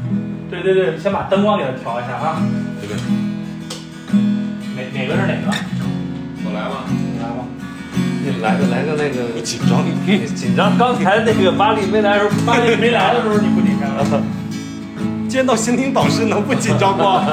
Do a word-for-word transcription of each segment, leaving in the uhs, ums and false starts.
对对对，先把灯光给它调一下啊。 这个哪哪个是哪个？ 我来吧， 你来吧。 你来个来个那个紧张， 紧张。刚才那个巴黎没来的时候， 巴黎没来的时候你不紧张了。 见到心灵导师能不紧张吗？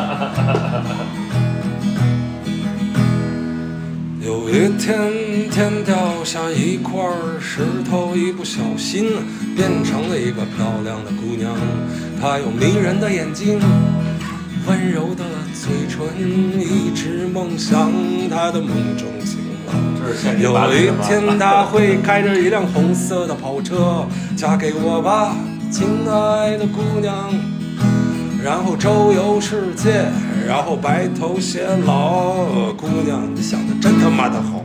有一天，天掉下一块石头，一不小心变成了一个漂亮的姑娘。她有迷人的眼睛，温柔的嘴唇，一直梦想她的梦中情郎。有一天，她会开着一辆红色的跑车，嫁给我吧，亲爱的姑娘。然后周游世界，然后白头偕老。姑娘，你想的真他妈的好。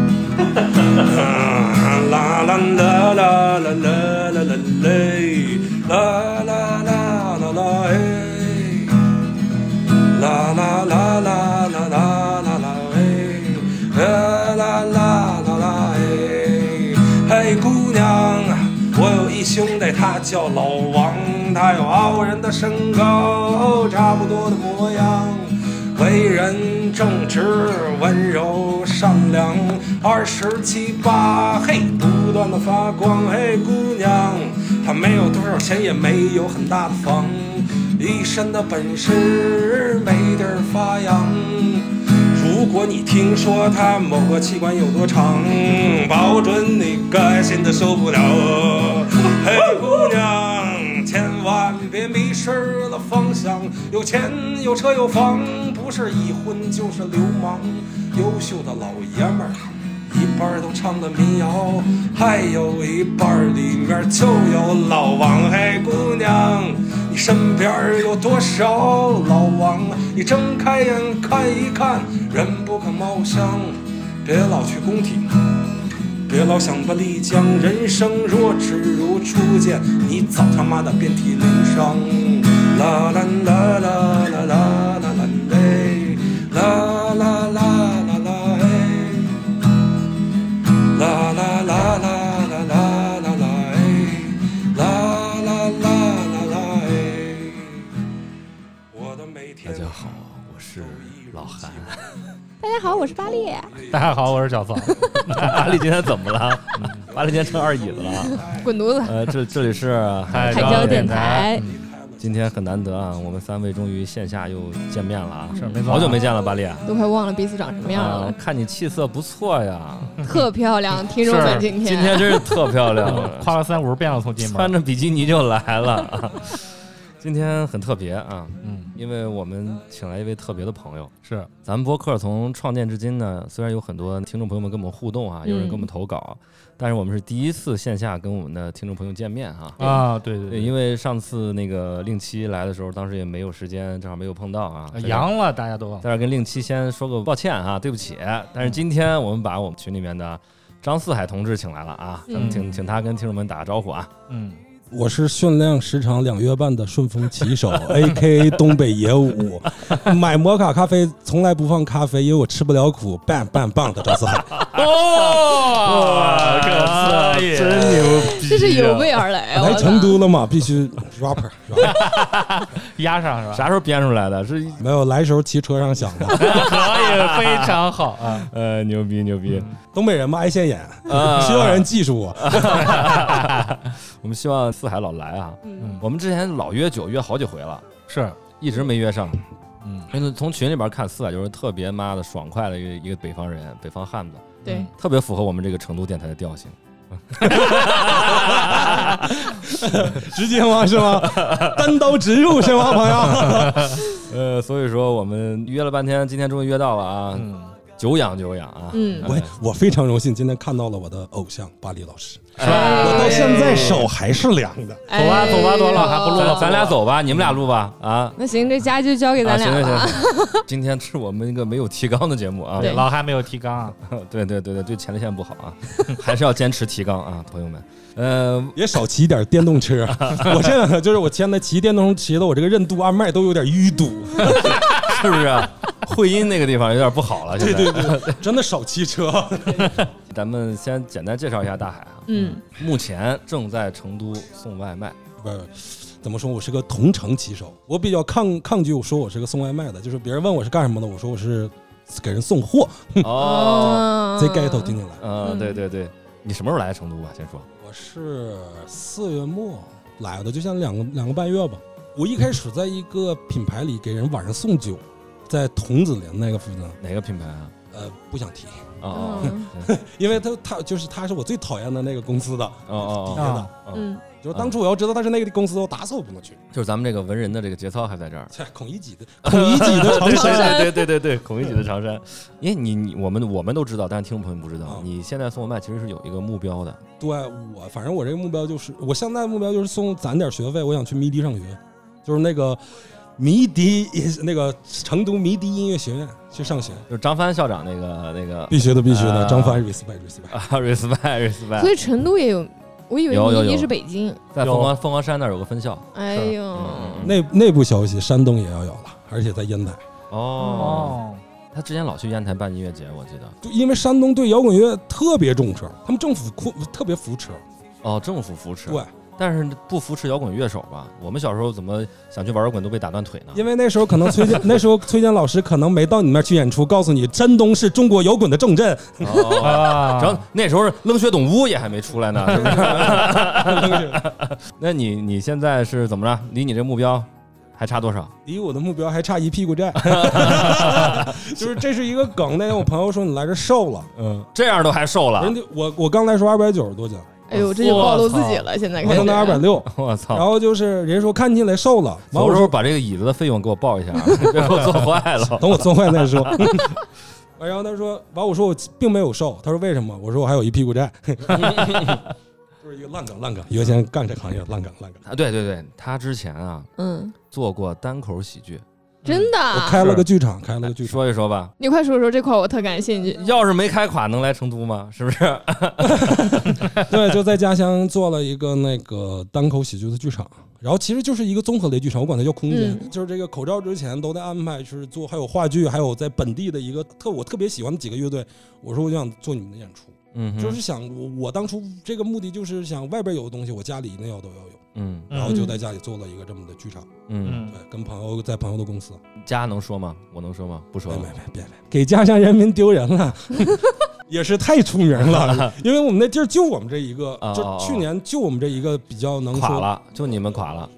啦啦啦啦啦啦啦啦嘞，啦啦啦啦啦哎，啦啦啦啦啦啦啦啦哎，啦啦啦啦啦哎，嘿姑娘，我有一兄弟，他叫老王，他有傲人的身高，差不多的模样，为人正直，温柔善良，二十七八，嘿，不断的发光。嘿，姑娘，他没有多少钱，也没有很大的房，一身的本事没地儿发扬。如果你听说他某个器官有多长，保准你开心的受不了。嘿，姑娘，千万别迷失了方向，有钱有车有房，不是已婚就是流氓。优秀的老爷们儿一半都唱的民谣，还有一半里面就有老王。嘿，姑娘，你身边有多少老王？你睁开眼看一看，人不可貌相。别老去宫廷，别老想把丽江，人生若只如初见，你早他妈的遍体鳞伤。啦啦啦啦啦啦啦啦嘞，啦啦啦啦啦哎，啦啦啦啦啦啦啦啦哎，啦啦啦啦啦哎。我的每天。 大家好，我是老韩。 大家好，我是巴力。 大家好，我是小曹。 巴力今天怎么了？巴力今天成二椅子了。 滚犊子！ 呃，这这里是海椒电台。 今天很难得啊，我们三位终于线下又见面了啊！ 是，没错， 好久没见了，巴力。 都快忘了彼此长什么样了。 啊、看你气色不错呀， 特漂亮，听众们今天今天真是特漂亮， 跨了三五十遍了，从进门穿着比基尼就来了。今天很特别啊， 嗯， 因为我们请来一位特别的朋友。 是， 咱们播客从创建至今呢，虽然有很多听众朋友们跟我们互动啊，有人跟我们投稿，嗯、但是我们是第一次线下跟我们的听众朋友见面哈。 啊，对对对, 对，因为上次那个令七来的时候，当时也没有时间，正好没有碰到啊。 阳了，大家都在这跟令七先说个抱歉啊，对不起。但是今天我们把我们群里面的张四海同志请来了啊，咱们请、嗯、请他跟听众们打个招呼啊。 嗯。 我是训练时长两月半的顺风骑手A K A 东北野武，买摩卡咖啡从来不放咖啡，因为我吃不了苦，棒棒棒的张四海。 哦，可以，真牛逼！ 这是有备而来， 来成都了嘛，必须 rapper 压上是吧？ 啥时候编出来的？是没有来时候骑车上想的。 可以，非常好啊！ 呃，牛逼牛逼！ 嗯、东北人嘛，爱现眼，啊、需要人记住我。 我们希望四海老来啊！嗯，我们之前老约酒约好几回了， 是一直没约上。 嗯， 因为从群里边看，四海就是特别妈的爽快的一个一个北方人，北方汉子， 对、嗯， 特别符合我们这个成都电台的调性。 直接吗？是吗？单刀直入是吗，朋友？ 呃，所以说我们约了半天，今天终于约到了啊！嗯，久仰久仰啊！ 嗯， 我我非常荣幸，今天看到了我的偶像巴力老师。哎、我到现在手还是凉的。 哎、走吧，走吧，多了，还不录了， 咱俩走吧，你们俩录吧。啊， 那行，这家就交给咱俩了。 啊、行行行，今天是我们一个没有提纲的节目啊。 对，老还没有提纲啊。 对对对对，对前列腺不好啊，还是要坚持提纲啊，朋友们。呃， 也少骑点电动车。我现在就是我现在骑电动车骑的，我这个任督二脉都有点淤堵， 是不是？会阴那个地方有点不好了。 对对对，真的少骑车。 咱们先简单介绍一下大海啊。 嗯， 目前正在成都送外卖。 不是， 怎么说，我是个同城骑手，我比较抗抗拒我说我是个送外卖的，就是别人问我是干什么的，我说我是给人送货。 哦， 这 get 听进来。 嗯，对对对，你什么时候来成都啊？先说。 我是四月末来的，就像两个两个半月吧。我一开始在一个品牌里给人晚上送酒，在桐子林那个附近。 哪个品牌啊？ 呃，不想提。 哦， 因为他他就是他是我最讨厌的那个公司的。 哦哦哦， 嗯， 就是当初我要知道他是那个公司，我打死我不能去。 就是咱们这个文人的这个节操还在这儿。 孔乙己的孔乙己的长山， 对对对对，孔乙己的长山。因为你你我们我们都知道，但是听众朋友们不知道， 哦、 你现在送外卖其实是有一个目标的。 对我，反正我这个目标就是，我现在的目标就是送攒点学费，我想去迷笛上学，就是那个。迷笛那个成都迷笛音乐学院去上学， 就是张帆校长那个那个必须的必须的，张帆 respect respect 啊 respect respect。 所以成都也有，我以为迷笛是北京， 在凤凰凤凰山那儿有个分校。 哎呦， 内内部消息，山东也要有了，而且在烟台。 哦，他之前老去烟台办音乐节，我记得。 就因为山东对摇滚乐特别重视，他们政府特别扶持。 哦，政府扶持。 对。 但是不扶持摇滚乐手吧？我们小时候怎么想去玩摇滚都被打断腿呢？ 因为那时候可能崔健，那时候崔健老师可能没到你那儿去演出，告诉你山东是中国摇滚的重镇。 哦，然后那时候冷血动物也还没出来呢，是不是？那你你现在是怎么着？离你这目标还差多少？ 离我的目标还差一屁股债。就是这是一个梗。那天我朋友说你来这瘦了， 嗯，这样都还瘦了。 人家我我刚来说二百九十多斤。 哎呦，这就暴露自己了！现在我现在二百六， 我操！ 然后就是人家说看起来瘦了， 完我说把这个椅子的费用给我报一下，别给我做坏了。 等我做坏再说。然后他说，完我说我并没有瘦，他说为什么？我说我还有一屁股债。就是一个烂梗，烂梗。原先干这行业烂梗，烂梗啊！对对对，他之前啊， 嗯， 做过单口喜剧。 真的， 我开了个剧场，开了个剧场， 说一说吧。 你快说说这块，我特感兴趣。 要是没开垮，能来成都吗？是不是？ 对，就在家乡做了一个那个单口喜剧的剧场，然后其实就是一个综合类剧场，我管它叫空间。嗯、就是这个口罩之前都在安排，就是做还有话剧，还有在本地的一个特我特别喜欢的几个乐队，我说我就想做你们的演出。 嗯， 就是想我我当初这个目的就是想外边有的东西，我家里一定要都要有。 嗯， 然后就在家里做了一个这么的剧场。 嗯， 对，跟朋友在朋友的公司。 家能说吗？我能说吗？不说了。 别别别别别，给家乡人民丢人了。也是太出名了，因为我们那地儿就我们这一个， 哦、 就去年就我们这一个比较能说垮了，就你们垮了。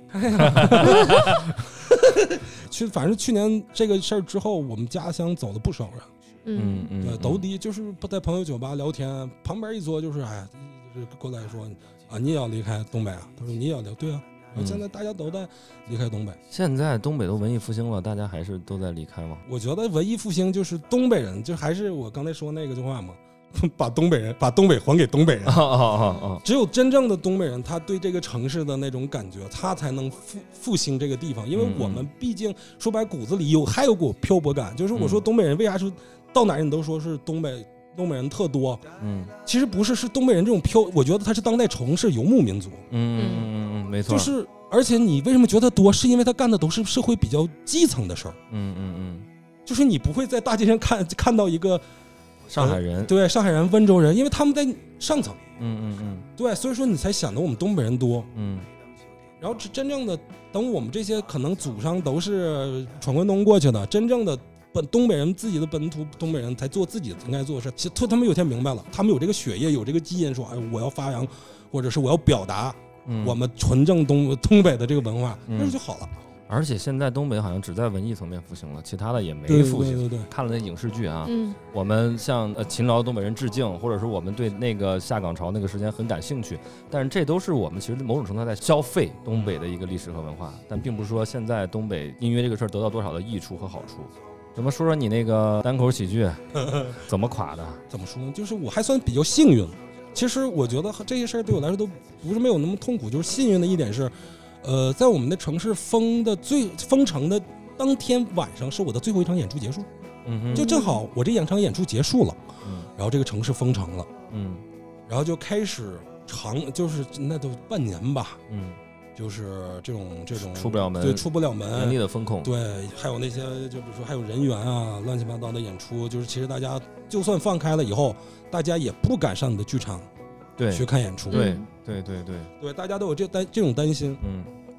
去，反正去年这个事儿之后，我们家乡走了不少人。 嗯嗯， 对，都低，就是在朋友酒吧聊天，旁边一坐就是哎，就是过来说啊，你也要离开东北啊？他说你也要聊，对啊。然后现在大家都在离开东北。 现在东北都文艺复兴了，大家还是都在离开吗？ 我觉得文艺复兴就是东北人，就还是我刚才说那个句话嘛，把东北人把东北还给东北人。 哦哦哦， 只有真正的东北人，他对这个城市的那种感觉，他才能复复兴这个地方。因为我们毕竟说白骨子里有还有股漂泊感，就是我说东北人为啥是到哪人都说是东北东北人特多， 嗯， 其实不是，是东北人这种漂，我觉得他是当代城市游牧民族， 嗯嗯嗯嗯，没错， 就是而且你为什么觉得多，是因为他干的都是社会比较基层的事儿， 嗯嗯嗯， 就是你不会在大街上看看到一个上海人， 呃、对上海人、温州人，因为他们在上层， 嗯嗯嗯， 对，所以说你才显得我们东北人多， 嗯， 然后真正的等我们这些可能祖上都是闯关东过去的，真正的。本东北人自己的本土东北人才做自己应该做的事，其实他们有一天明白了，他们有这个血液，有这个基因，说哎，我要发扬，或者是我要表达我们纯正东东北的这个文化，那、嗯、就好了。 而且现在东北好像只在文艺层面复兴了，其他的也没复兴。 对对对对， 看了那影视剧啊， 嗯， 我们向呃勤劳东北人致敬，或者说我们对那个下岗潮那个时间很感兴趣，但是这都是我们其实某种程度在消费东北的一个历史和文化，但并不是说现在东北音乐这个事儿得到多少的益处和好处。怎么说说你那个单口喜剧怎么垮的？ 怎么说呢？就是我还算比较幸运。其实我觉得这些事儿对我来说都不是没有那么痛苦，就是幸运的一点是，呃，在我们的城市封的最封城的当天晚上是我的最后一场演出结束， 嗯哼， 就正好我这两场演出结束了， 嗯， 然后这个城市封城了， 嗯， 然后就开始长，就是那都半年吧， 嗯。 就是这种这种出不了门， 对，出不了门， 严厉的风控， 对，还有那些就比如说还有人员啊，乱七八糟的演出，就是其实大家就算放开了以后，大家也不敢上你的剧场， 对， 去看演出， 对对对对对，大家都有这担这种担心， 嗯，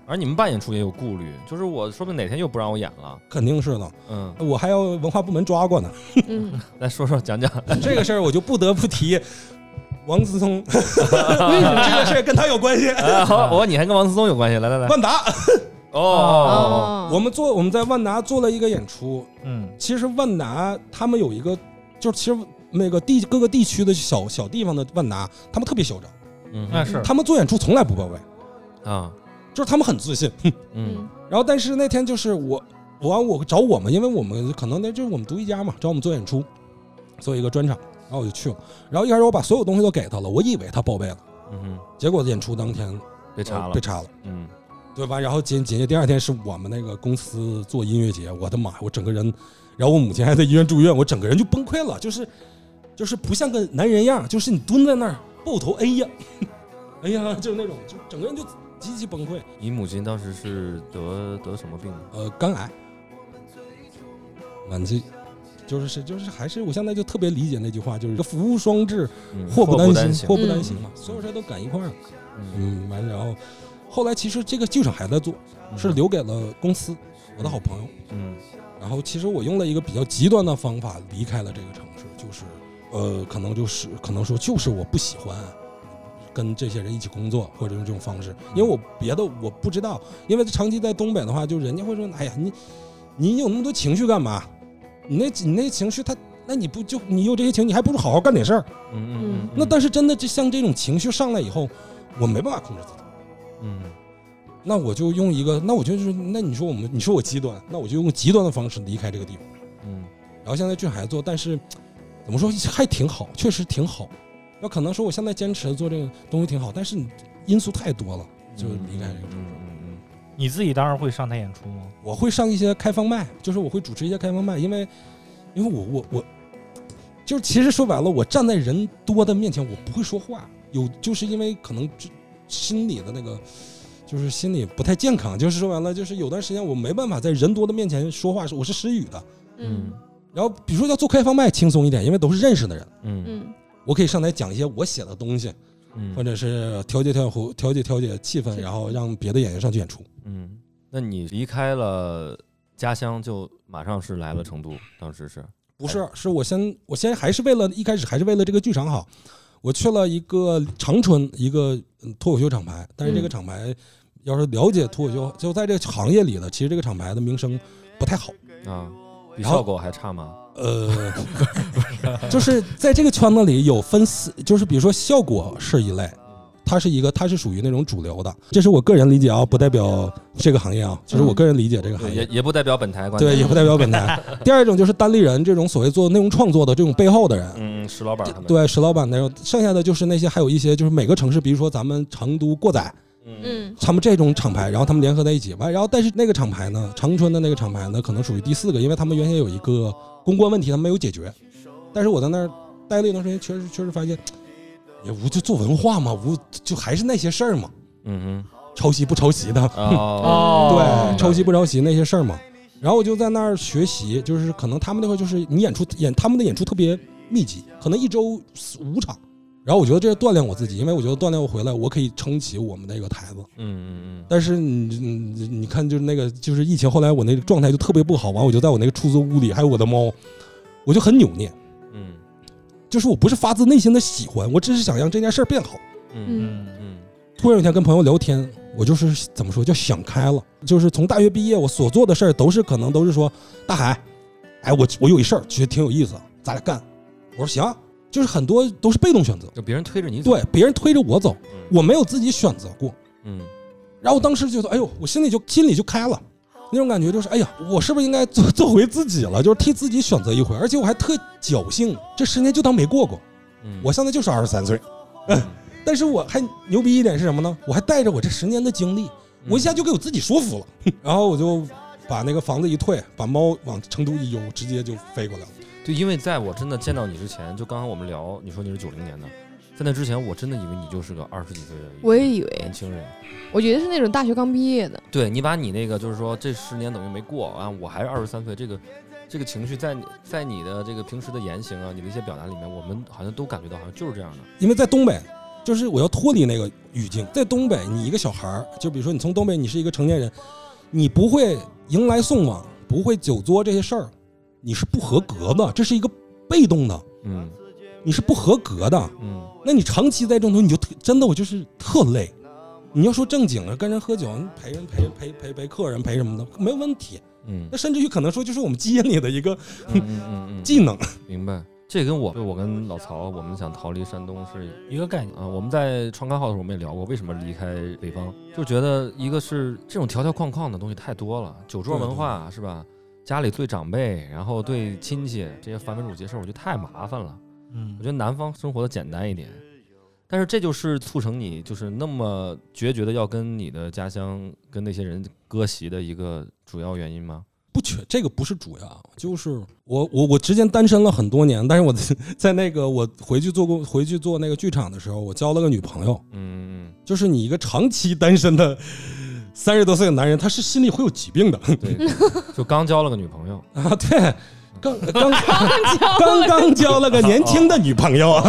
而你们办演出也有顾虑，就是我说不定哪天又不让我演了。 肯定是的， 嗯， 我还要文化部门抓过呢。 嗯， 来说说讲讲这个事儿，我就不得不提王思聪，为什么这个事儿跟他有关系？ 啊好，我你还跟王思聪有关系？来来来， 万达， 哦， 哦， 我们做我们在万达做了一个演出， 嗯其实万达他们有一个，就是其实那个地各个地区的小小地方的万达，他们特别嚣张， 嗯， 那是他们做演出从来不报备， 啊， 就是他们很自信。 嗯然后但是那天就是我我完我找我们，因为我们可能那就是我们独一家嘛，找我们做演出，做一个专场，然后我就去了。然后一开始我把所有东西都给他了，我以为他报备了， 嗯哼， 结果演出当天被查了， 被查了。 嗯对吧？然后紧紧接第二天是我们那个公司做音乐节，我的妈呀，我整个人，然后我母亲还在医院住院，我整个人就崩溃了，就是就是不像个男人样，就是你蹲在那儿抱头，哎呀，哎呀，就是那种，就整个人就极其崩溃。 你母亲当时是得得什么病？ 呃，肝癌，满级，就是是就是还是我现在就特别理解那句话，就是福无双至， 嗯祸不单行， 行， 祸不单行嘛，所有事都赶一块儿。 嗯嗯，完然后后来其实这个剧场还在做，是留给了公司，我的好朋友。 嗯然后其实我用了一个比较极端的方法离开了这个城市，就是呃，可能就是可能说就是我不喜欢跟这些人一起工作，或者用这种方式，因为我别的我不知道，因为长期在东北的话，就人家会说，哎呀，你你有那么多情绪干嘛？你那你那情绪他，那你不就你有这些情绪，你还不如好好干点事儿。 嗯嗯， 那但是真的就像这种情绪上来以后，我没办法控制自己。 嗯那我就用一个，那我就是，那你说我们，你说我极端，那我就用极端的方式离开这个地方。 嗯， 然后现在剧还做，但是怎么说还挺好，确实挺好。要可能说我现在坚持做这个东西挺好，但是因素太多了，就离开这个地方。 嗯嗯嗯， 你自己当然会上台演出吗？ 我会上一些开放麦，就是我会主持一些开放麦，因为因为我我我就是其实说白了，我站在人多的面前，我不会说话，有就是因为可能心里的那个。就是心里不太健康，就是说完了，就是有段时间我没办法在人多的面前说话，我是失语的。 嗯然后比如说要做开放麦轻松一点，因为都是认识的人， 嗯嗯我可以上台讲一些我写的东西， 嗯， 或者是调节调节调节调节气氛，然后让别的演员上去演出。 嗯，那你离开了家乡，就马上是来了成都，当时是不是？是我先我先还是为了一开始还是为了这个剧场好，我去了一个长春一个脱口秀厂牌，但是这个厂牌。要是了解脱口秀，就在这个行业里的，其实这个厂牌的名声不太好啊，比效果还差吗？ 呃，就是在这个圈子里有分四，就是比如说效果是一类，它是一个，它是属于那种主流的，这是我个人理解啊，不代表这个行业啊，就是我个人理解这个行业， 也也不代表本台观对， 点， 也不代表本台。第二种就是单立人这种所谓做内容创作的这种背后的人， 嗯，石老板他们， 对，石老板那种，剩下的就是那些还有一些就是每个城市，比如说咱们成都过载。 嗯他们这种厂牌，然后他们联合在一起完，然后但是那个厂牌呢，长春的那个厂牌呢，可能属于第四个，因为他们原先有一个公关问题，他们没有解决。但是我在那儿待了一段时间，确实确实发现，也无就做文化嘛，无就还是那些事儿嘛， 嗯抄袭不抄袭的， 哼，哦， 对，抄袭不抄袭那些事儿嘛。然后我就在那儿学习，就是可能他们那会就是你演出演他们的演出特别密集，可能一周五场。然后我觉得这是锻炼我自己，因为我觉得锻炼我回来，我可以撑起我们那个台子。 嗯嗯嗯。 但是你你你看，就是那个就是疫情，后来我那个状态就特别不好，完我就在我那个出租屋里，还有我的猫，我就很扭捏。 嗯， 就是我不是发自内心的喜欢，我只是想让这件事儿变好。 嗯嗯嗯。 突然有一天跟朋友聊天，我就是怎么说叫想开了，就是从大学毕业，我所做的事儿都是可能都是说大海，哎我我有一事儿觉得挺有意思，咱俩干。我说行。就是很多都是被动选择， 就别人推着你走， 对，别人推着我走， 嗯、 我没有自己选择过。 嗯， 然后我当时觉得，哎呦，我心里就心里就开了，那种感觉就是，哎呀，我是不是应该做做回自己了？就是替自己选择一回，而且我还特侥幸，这十年就当没过过。 嗯、 我现在就是二十三岁，嗯，但是我还牛逼一点是什么呢？我还带着我这十年的经历，我一下就给我自己说服了，嗯、然后我就把那个房子一退，把猫往成都一邮，直接就飞过来了。 对，因为在我真的见到你之前，就刚刚我们聊，你说你是九零年的，在那之前，我真的以为你就是个二十几岁的， 我也以为年轻人。 我觉得是那种大学刚毕业的。 对，你把你那个就是说这十年等于没过啊，我还是二十三岁，这个这个情绪在你在你的这个平时的言行啊，你的一些表达里面，我们好像都感觉到好像就是这样的。 因为在东北， 就是我要脱离那个语境。在东北，你一个小孩儿，就比如说你从东北，你是一个成年人，你不会迎来送往，不会酒桌这些事儿，你是不合格的，这是一个被动的， 嗯， 你是不合格的， 嗯， 那你长期在这种，你就特真的我就是特累。你要说正经的，跟人喝酒，陪人陪陪陪陪客人陪什么的没有问题， 嗯， 那甚至于可能说就是我们基因里的一个嗯嗯嗯技能。 明白。这跟我我跟老曹，我们想逃离山东是一个概念啊。我们在创刊号的时候我们也聊过，为什么离开北方，就觉得一个是这种条条框框的东西太多了，酒桌文化是吧？家里对长辈，然后对亲戚这些繁文缛节事儿，我觉得太麻烦了。 嗯， 我觉得南方生活的简单一点，但是这就是促成你就是那么决绝的要跟你的家乡跟那些人割席的一个主要原因吗？ 不缺，这个不是主要，就是我我我之前单身了很多年，但是我在那个我回去做过回去做那个剧场的时候，我交了个女朋友。 嗯， 就是你一个长期单身的三十多岁的男人，他是心里会有疾病的。 对，就刚交了个女朋友啊，对，刚刚刚刚交了个年轻的女朋友。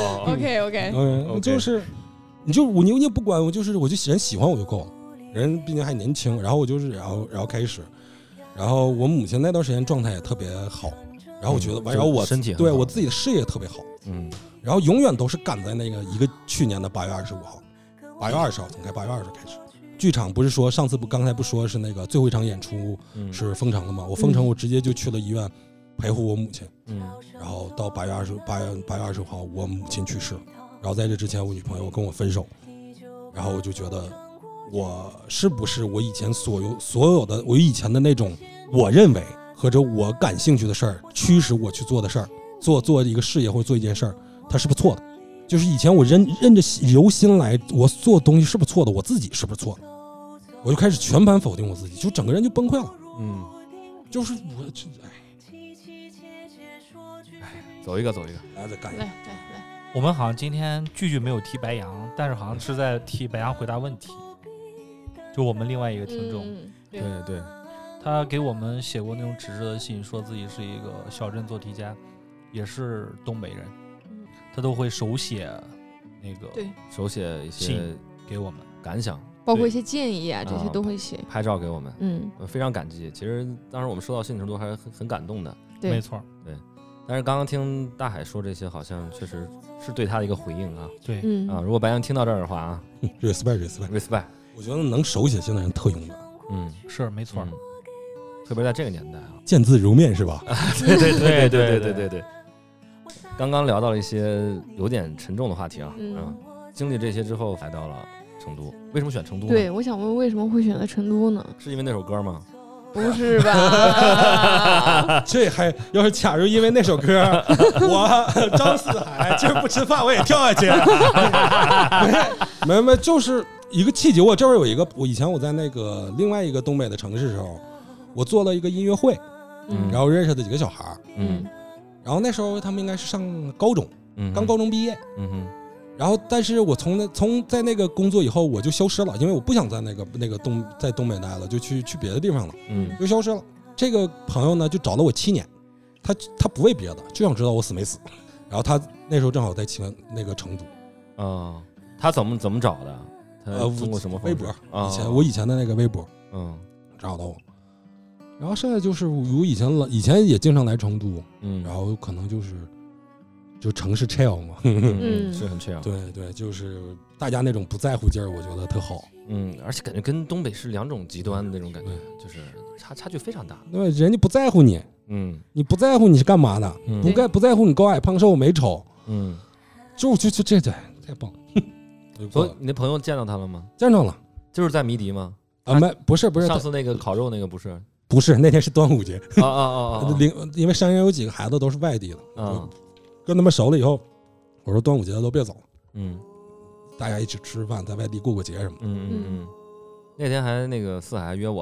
OK OK， 嗯，就是你就我你也不管我，就是我就人喜欢我就够了，人毕竟还年轻，然后我就是然后然后开始。然后我母亲那段时间状态也特别好，然后我觉得，然后我身体对我自己的事业特别好， 嗯， 然后永远都是赶在那个一个去年的八月二十五号，八月二十号从开八月二十开始，剧场不是说上次不刚才不说是那个最后一场演出是封城了吗？我封城我直接就去了医院陪护我母亲，嗯，然后到八月二十八月八月二十号我母亲去世，然后在这之前我女朋友跟我分手，然后我就觉得。我是不是我以前所有所有的我以前的那种我认为或者我感兴趣的事儿驱使我去做的事儿，做做一个事业或者做一件事儿，它是不是错的？就是以前我认认着由心来，我做的东西是不是错的？我自己是不是错的？我就开始全盘否定我自己，就整个人就崩溃了。嗯，就是我这哎， 哎，走一个走一个， 来再干一个。来来来， 我们好像今天句句没有提白羊，但是好像是在替白羊回答问题。就我们另外一个听众， 嗯、 对对， 他给我们写过那种纸质的信，说自己是一个小镇做题家，也是东北人，嗯、他都会手写那个对手写一些信给我们感想， 包括一些建议啊，这些都会写， 拍照给我们， 嗯， 非常感激。其实当时我们收到信的时候都还很很感动的， 对， 没错， 对。但是刚刚听大海说这些，好像确实是对他的一个回应啊， 对， 嗯啊，如果白羊听到这儿的话啊 ，respect respect respect。 我觉得能手写信的人特勇敢， 嗯， 是没错、嗯， 特别在这个年代啊， 见字如面是吧？ 对对对对对对对对。刚刚聊到了一些有点沉重的话题啊，嗯，嗯经历这些之后来到了成都，为什么选成都呢？ 对，我想问为什么会选择成都呢？ 是因为那首歌吗？ 不是吧？ 这还要是假如因为那首歌，我张四海今儿不吃饭我也跳下去。没没，就是一个契机。我这边有一个，我以前我在那个另外一个东北的城市的时候，我做了一个音乐会，嗯，然后认识的几个小孩，嗯，然后那时候他们应该是上高中，嗯，刚高中毕业，嗯哼。然后，但是我从那从在那个工作以后，我就消失了，因为我不想在那个那个东在东北待了，就去去别的地方了，嗯，就消失了。这个朋友呢，就找了我七年，他他不为别的，就想知道我死没死。然后他那时候正好在清那个成都， 啊、哦，他怎么怎么找的？他通过什么微博？ 哦、 以前我以前的那个微博， 嗯， 找到我。然后现在就是我以前了，以前也经常来成都，嗯，然后可能就是。就城市 chill 嘛， 嗯，是很 chill， 对对，就是大家那种不在乎劲儿，我觉得特好， 嗯，而且感觉跟东北是两种极端的那种感觉，就是差差距非常大， 对，人家不在乎你，嗯，你不在乎你是干嘛的，嗯、不该不在乎你高矮胖瘦美丑，嗯，就就就这这太棒， 所以你那朋友见到他了吗？ 见到了， 就是在迷笛吗？ 啊，没，不是不是， 上次那个烤肉那个不是， 不是，那天是端午节， 啊啊啊啊， 因为山上有几个孩子都是外地的，啊。跟他们熟了以后，我说端午节都别走了，嗯，大家一起吃饭，在外地过过节什么的。 嗯嗯嗯。那天还那个四海还约我来着，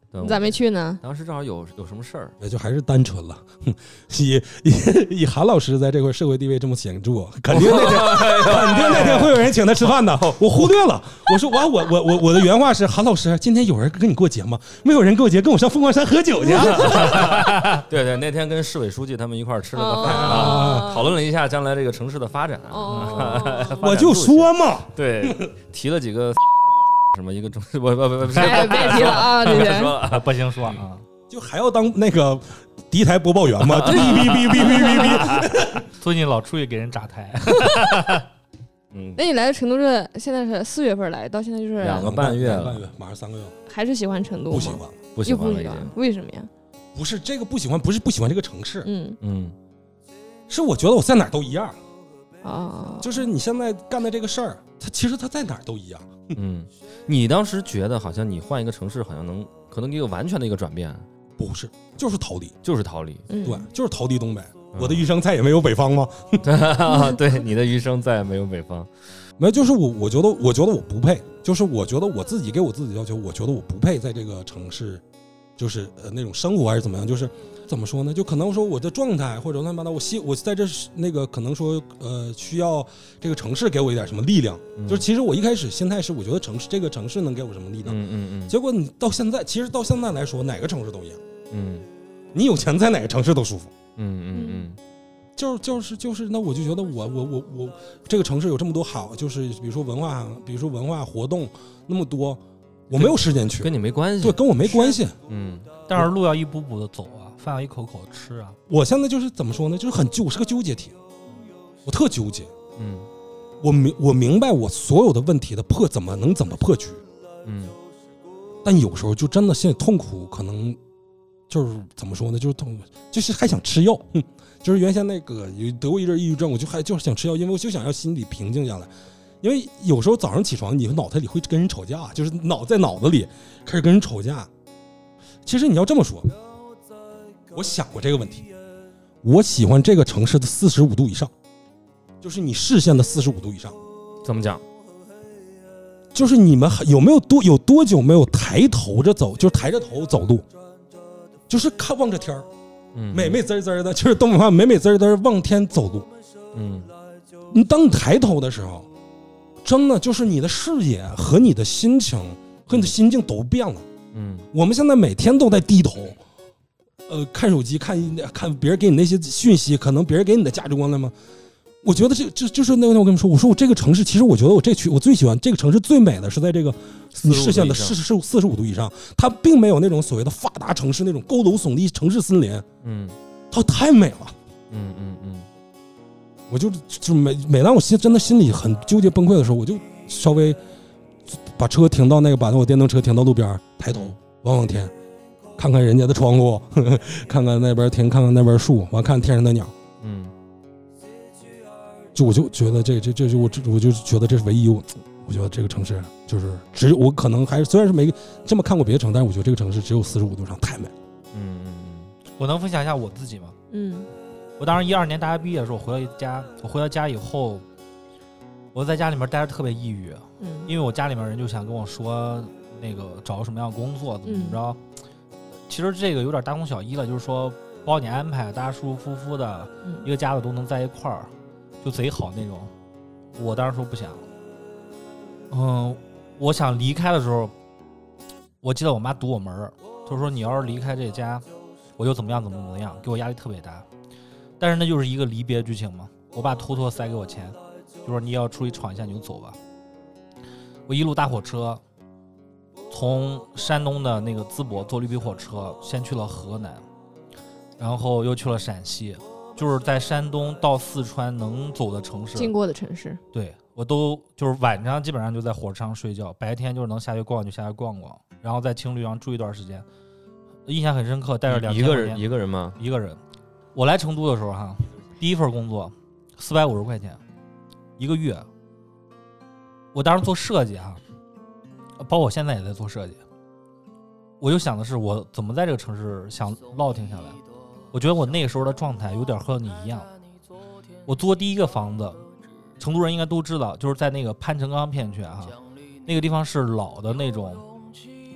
对你咋没去呢？ 当时正好有有什么事儿， 也就还是单纯了。以以以韩老师在这块社会地位这么显著，肯定那天肯定那天会有人请他吃饭的。我忽略了，我说完我我我我的原话是韩老师，今天有人跟你过节吗？没有人过节，跟我上凤凰山喝酒去。 对对，那天跟市委书记他们一块儿吃了个饭哦啊，讨论了一下将来这个城市的发展。 哦， 我就说嘛， 对，提了几个什么一个中，不不不不， 哎，别提了啊，这些。 说了啊， 不行说啊， 就还要当那个敌台播报员吗？哔哔哔哔哔哔哔。 最近老出去给人炸台。 嗯， 那你来的成都这现在是四月份来，到现在就是两个半月了， 半月马上三个月了， 还是喜欢成都吗？ 不喜欢， 不喜又欢了已经不喜欢，。为什么呀？ 不是这个不喜欢，不是不喜欢这个城市， 嗯， 嗯是我觉得我在哪儿都一样。 哦， 就是你现在干的这个事儿，它其实它在哪儿都一样。 嗯，你当时觉得好像你换一个城市，好像能可能一个完全的一个转变， 不是，就是逃离， 就是逃离。 嗯对，就是逃离东北。 嗯我的余生再也没有北方吗？ 对，你的余生再也没有北方。 没有，就是我，我觉得，我觉得我不配，就是我觉得我自己给我自己要求，我觉得我不配在这个城市，就是呃那种生活还是怎么样，就是怎么说呢？就可能说我的状态或者乱七八糟，我希我在这那个可能说呃需要这个城市给我一点什么力量。 嗯就是其实我一开始心态是，我觉得城市这个城市能给我什么力量。 嗯嗯嗯结果你到现在，其实到现在来说，哪个城市都一样。 嗯你有钱，在哪个城市都舒服。 嗯嗯嗯就是就是就是，那我就觉得我我我我这个城市有这么多好，就是比如说文化，比如说文化活动那么多，我没有时间去， 跟你没关系。 对，跟我没关系。 嗯但是路要一步步的走啊，饭要一口口吃啊。 我现在就是怎么说呢？就是很纠，我是个纠结体，我特纠结。 嗯我明我明白我所有的问题的破怎么能怎么破局， 嗯但有时候就真的现在痛苦，可能就是怎么说呢？就是痛，就是还想吃药。哼，就是原先那个有得过一阵抑郁症，我就还就是想吃药，因为我就想要心里平静下来。因为有时候早上起床，你脑袋里会跟人吵架，就是脑在脑子里开始跟人吵架。其实你要这么说，我想过这个问题。我喜欢这个城市的四十五度以上，就是你视线的四十五度以上。 怎么讲？ 就是你们有没有多有多久没有抬头着走，就是抬着头走路，就是看望着天儿， 嗯， 美美滋滋的，就是东北话美美滋滋望天走路。 嗯你当你抬头的时候，真的就是你的视野和你的心情和你的心境都变了。 嗯我们现在每天都在低头，呃，看手机，看看别人给你那些讯息，可能别人给你的价值观了吗？我觉得这这就是那天我跟你们说，我说我这个城市，其实我觉得我这区我最喜欢这个城市最美的是在这个你视线的四十四十五度以上，它并没有那种所谓的发达城市那种高楼耸立城市森林， 嗯它太美了。 嗯嗯嗯我就就每每当我心真的心里很纠结崩溃的时候，我就稍微把车停到那个把我电动车停到路边，抬头望望天，看看人家的窗户，呵呵看看那边天，看看那边树，完看天上的鸟。 嗯就我就觉得这这这就我我就觉得这是唯一我我觉得这个城市就是只有我可能还是虽然是没这么看过别的城，但是我觉得这个城市只有四十五度上太美了。 嗯嗯我能分享一下我自己吗？ 嗯我当时一二年大学毕业的时候，我回到家，我回到家以后，我在家里面待着特别抑郁， 嗯， 因为我家里面人就想跟我说，那个找个什么样的工作，怎么怎么着。其实这个有点大同小异了，就是说包你安排，大家舒舒服服的， 嗯一个家的都能在一块儿，就贼好那种。我当时说不想。嗯，我想离开的时候，我记得我妈堵我门儿，她说你要是离开这家，我就怎么样怎么怎么样，给我压力特别大。但是那就是一个离别剧情嘛。我爸偷偷塞给我钱，就说你要出去闯一下你就走吧。我一路搭火车，从山东的那个淄博坐绿皮火车，先去了河南，然后又去了陕西，就是在山东到四川能走的城市， 经过的城市， 对我都就是晚上基本上就在火车上睡觉，白天就是能下去逛就下去逛逛，然后在青旅上住一段时间，印象很深刻。带着两一个人一个人吗？ 一个人。我来成都的时候哈，第一份工作四百五十块钱一个月。我当时做设计哈，包括我现在也在做设计。我就想的是，我怎么在这个城市想落停下来？我觉得我那个时候的状态有点和你一样。我租第一个房子，成都人应该都知道，就是在那个潘城岗片区哈，那个地方是老的那种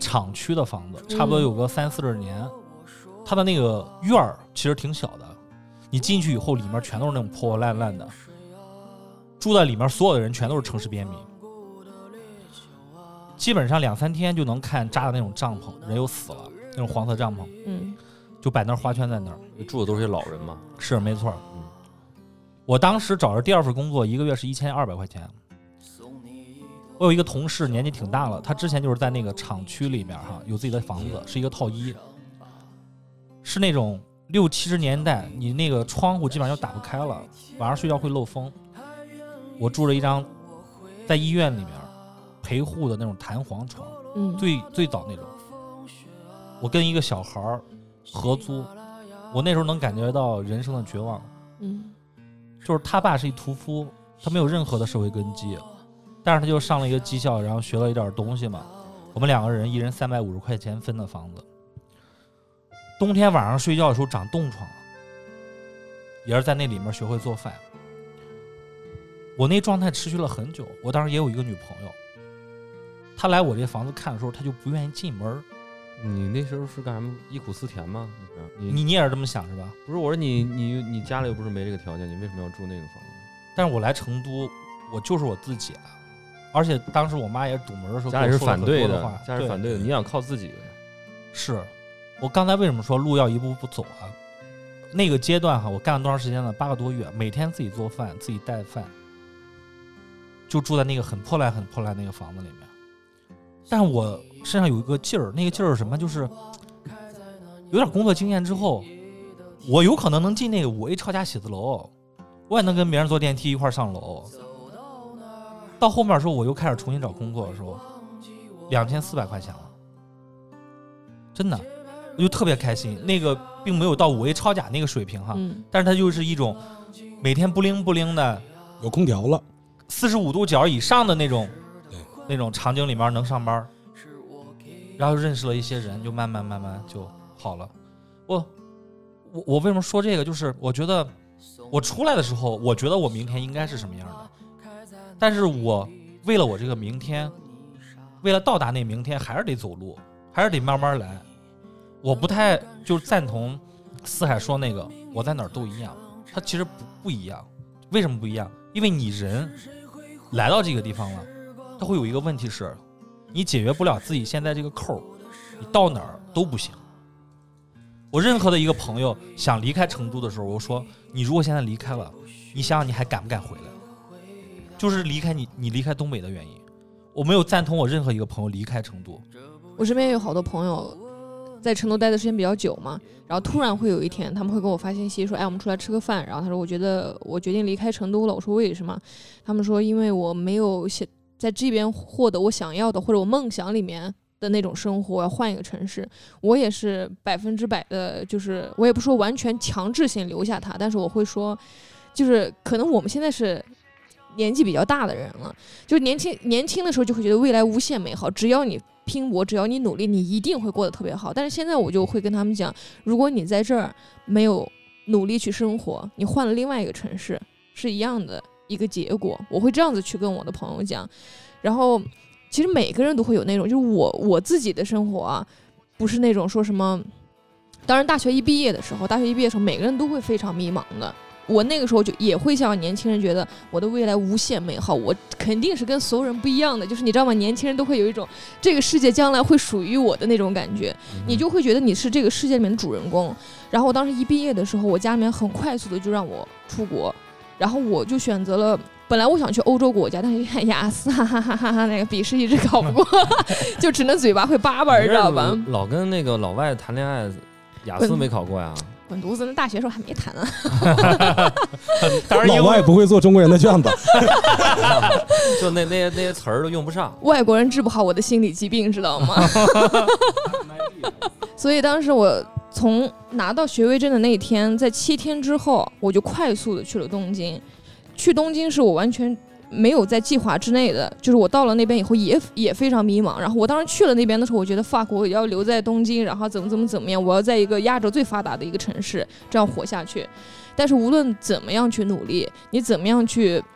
厂区的房子，差不多有个三四十年。它的那个院儿其实挺小的，你进去以后里面全都是那种破破烂烂的，住在里面所有的人全都是城市边民，基本上两三天就能看扎的那种帐篷，人又死了，那种黄色帐篷， 嗯， 就摆那花圈在那儿， 住的都是些老人嘛。 是没错。嗯，我当时找着第二份工作，一个月是一千二百块钱。我有一个同事年纪挺大了，他之前就是在那个厂区里面哈，有自己的房子，是一个套一，是那种六七十年代，你那个窗户基本上就打不开了，晚上睡觉会漏风。我住了一张在医院里面陪护的那种弹簧床， 嗯， 最最早那种。我跟一个小孩合租，我那时候能感觉到人生的绝望。 嗯， 就是他爸是一屠夫，他没有任何的社会根基，但是他就上了一个技校，然后学了一点东西嘛。我们两个人一人三百五十块钱分的房子，冬天晚上睡觉的时候长冻疮，也是在那里面学会做饭。我那状态持续了很久，我当时也有一个女朋友，她来我这房子看的时候，她就不愿意进门。 你那时候是干什么？忆苦思甜吗？你你你也是这么想是吧？ 不是，我说你你你家里又不是没这个条件，你为什么要住那个房子？ 但是我来成都，我就是我自己啊，而且当时我妈也是堵门的时候， 家里是反对的， 家里是反对的，你想靠自己。 是我刚才为什么说路要一步步走啊？那个阶段哈，我干了多长时间呢？八个多月，每天自己做饭，自己带饭，就住在那个很破烂、很破烂那个房子里面。但是我身上有一个劲儿，那个劲儿是什么？就是有点工作经验之后，我有可能能进那个五 A 超家写字楼，我也能跟别人坐电梯一块上楼。到后面的时候，我又开始重新找工作的时候，两千四百块钱了，真的，我就特别开心。那个并没有到五 A 超甲那个水平哈， 嗯， 但是它就是一种每天不灵不灵的， 有空调了， 四十五度角以上的那种那种场景里面能上班，然后认识了一些人，就慢慢慢慢就好了。我我我为什么说这个？就是我觉得我出来的时候，我觉得我明天应该是什么样的，但是我为了我这个明天，为了到达那明天，还是得走路，还是得慢慢来。我不太就赞同四海说那个我在哪儿都一样，它其实不不一样。为什么不一样？因为你人来到这个地方了，它会有一个问题是，你解决不了自己现在这个扣，你到哪儿都不行。我任何的一个朋友想离开成都的时候，我说你如果现在离开了，你想想你还敢不敢回来？就是离开你，你离开东北的原因。我没有赞同我任何一个朋友离开成都。 我身边有好多朋友在成都待的时间比较久嘛，然后突然会有一天他们会给我发信息说，哎，我们出来吃个饭。然后他说我觉得我决定离开成都了。我说为什么？他们说因为我没有在这边获得我想要的或者我梦想里面的那种生活，我要换一个城市。我也是百分之百的，就是我也不说完全强制性留下他，但是我会说，就是可能我们现在是年纪比较大的人了，就是年轻年轻的时候就会觉得未来无限美好，只要你拼搏，只要你努力，你一定会过得特别好。但是现在我就会跟他们讲，如果你在这儿没有努力去生活，你换了另外一个城市是一样的一个结果。我会这样子去跟我的朋友讲。然后其实每个人都会有那种，就是我我自己的生活啊，不是那种说什么，当然大学一毕业的时候大学一毕业的时候每个人都会非常迷茫的。我那个时候就也会像年轻人觉得我的未来无限美好，我肯定是跟所有人不一样的，就是你知道吗？年轻人都会有一种这个世界将来会属于我的那种感觉，你就会觉得你是这个世界里面的主人公。然后我当时一毕业的时候，我家里面很快速的就让我出国，然后我就选择了，本来我想去欧洲国家，但是一看雅思哈哈哈哈哈那个笔试一直考不过，就只能嘴巴会叭叭，知道吧？ 老跟那个老外谈恋爱，雅思没考过呀？ 滚犊子！那大学时候还没谈呢。 老外不会做中国人的卷子， 就那那些那些词儿都用不上。 外国人治不好我的心理疾病，知道吗？所以当时我从拿到学位证的那一天，在七天之后，我就快速的去了东京。去东京是我完全没有在计划之内的，就是我到了那边以后也也非常迷茫。然后我当时去了那边的时候，我觉得法国要留在东京，然后怎么怎么怎么样，我要在一个亚洲最发达的一个城市这样活下去。但是无论怎么样去努力，你怎么样去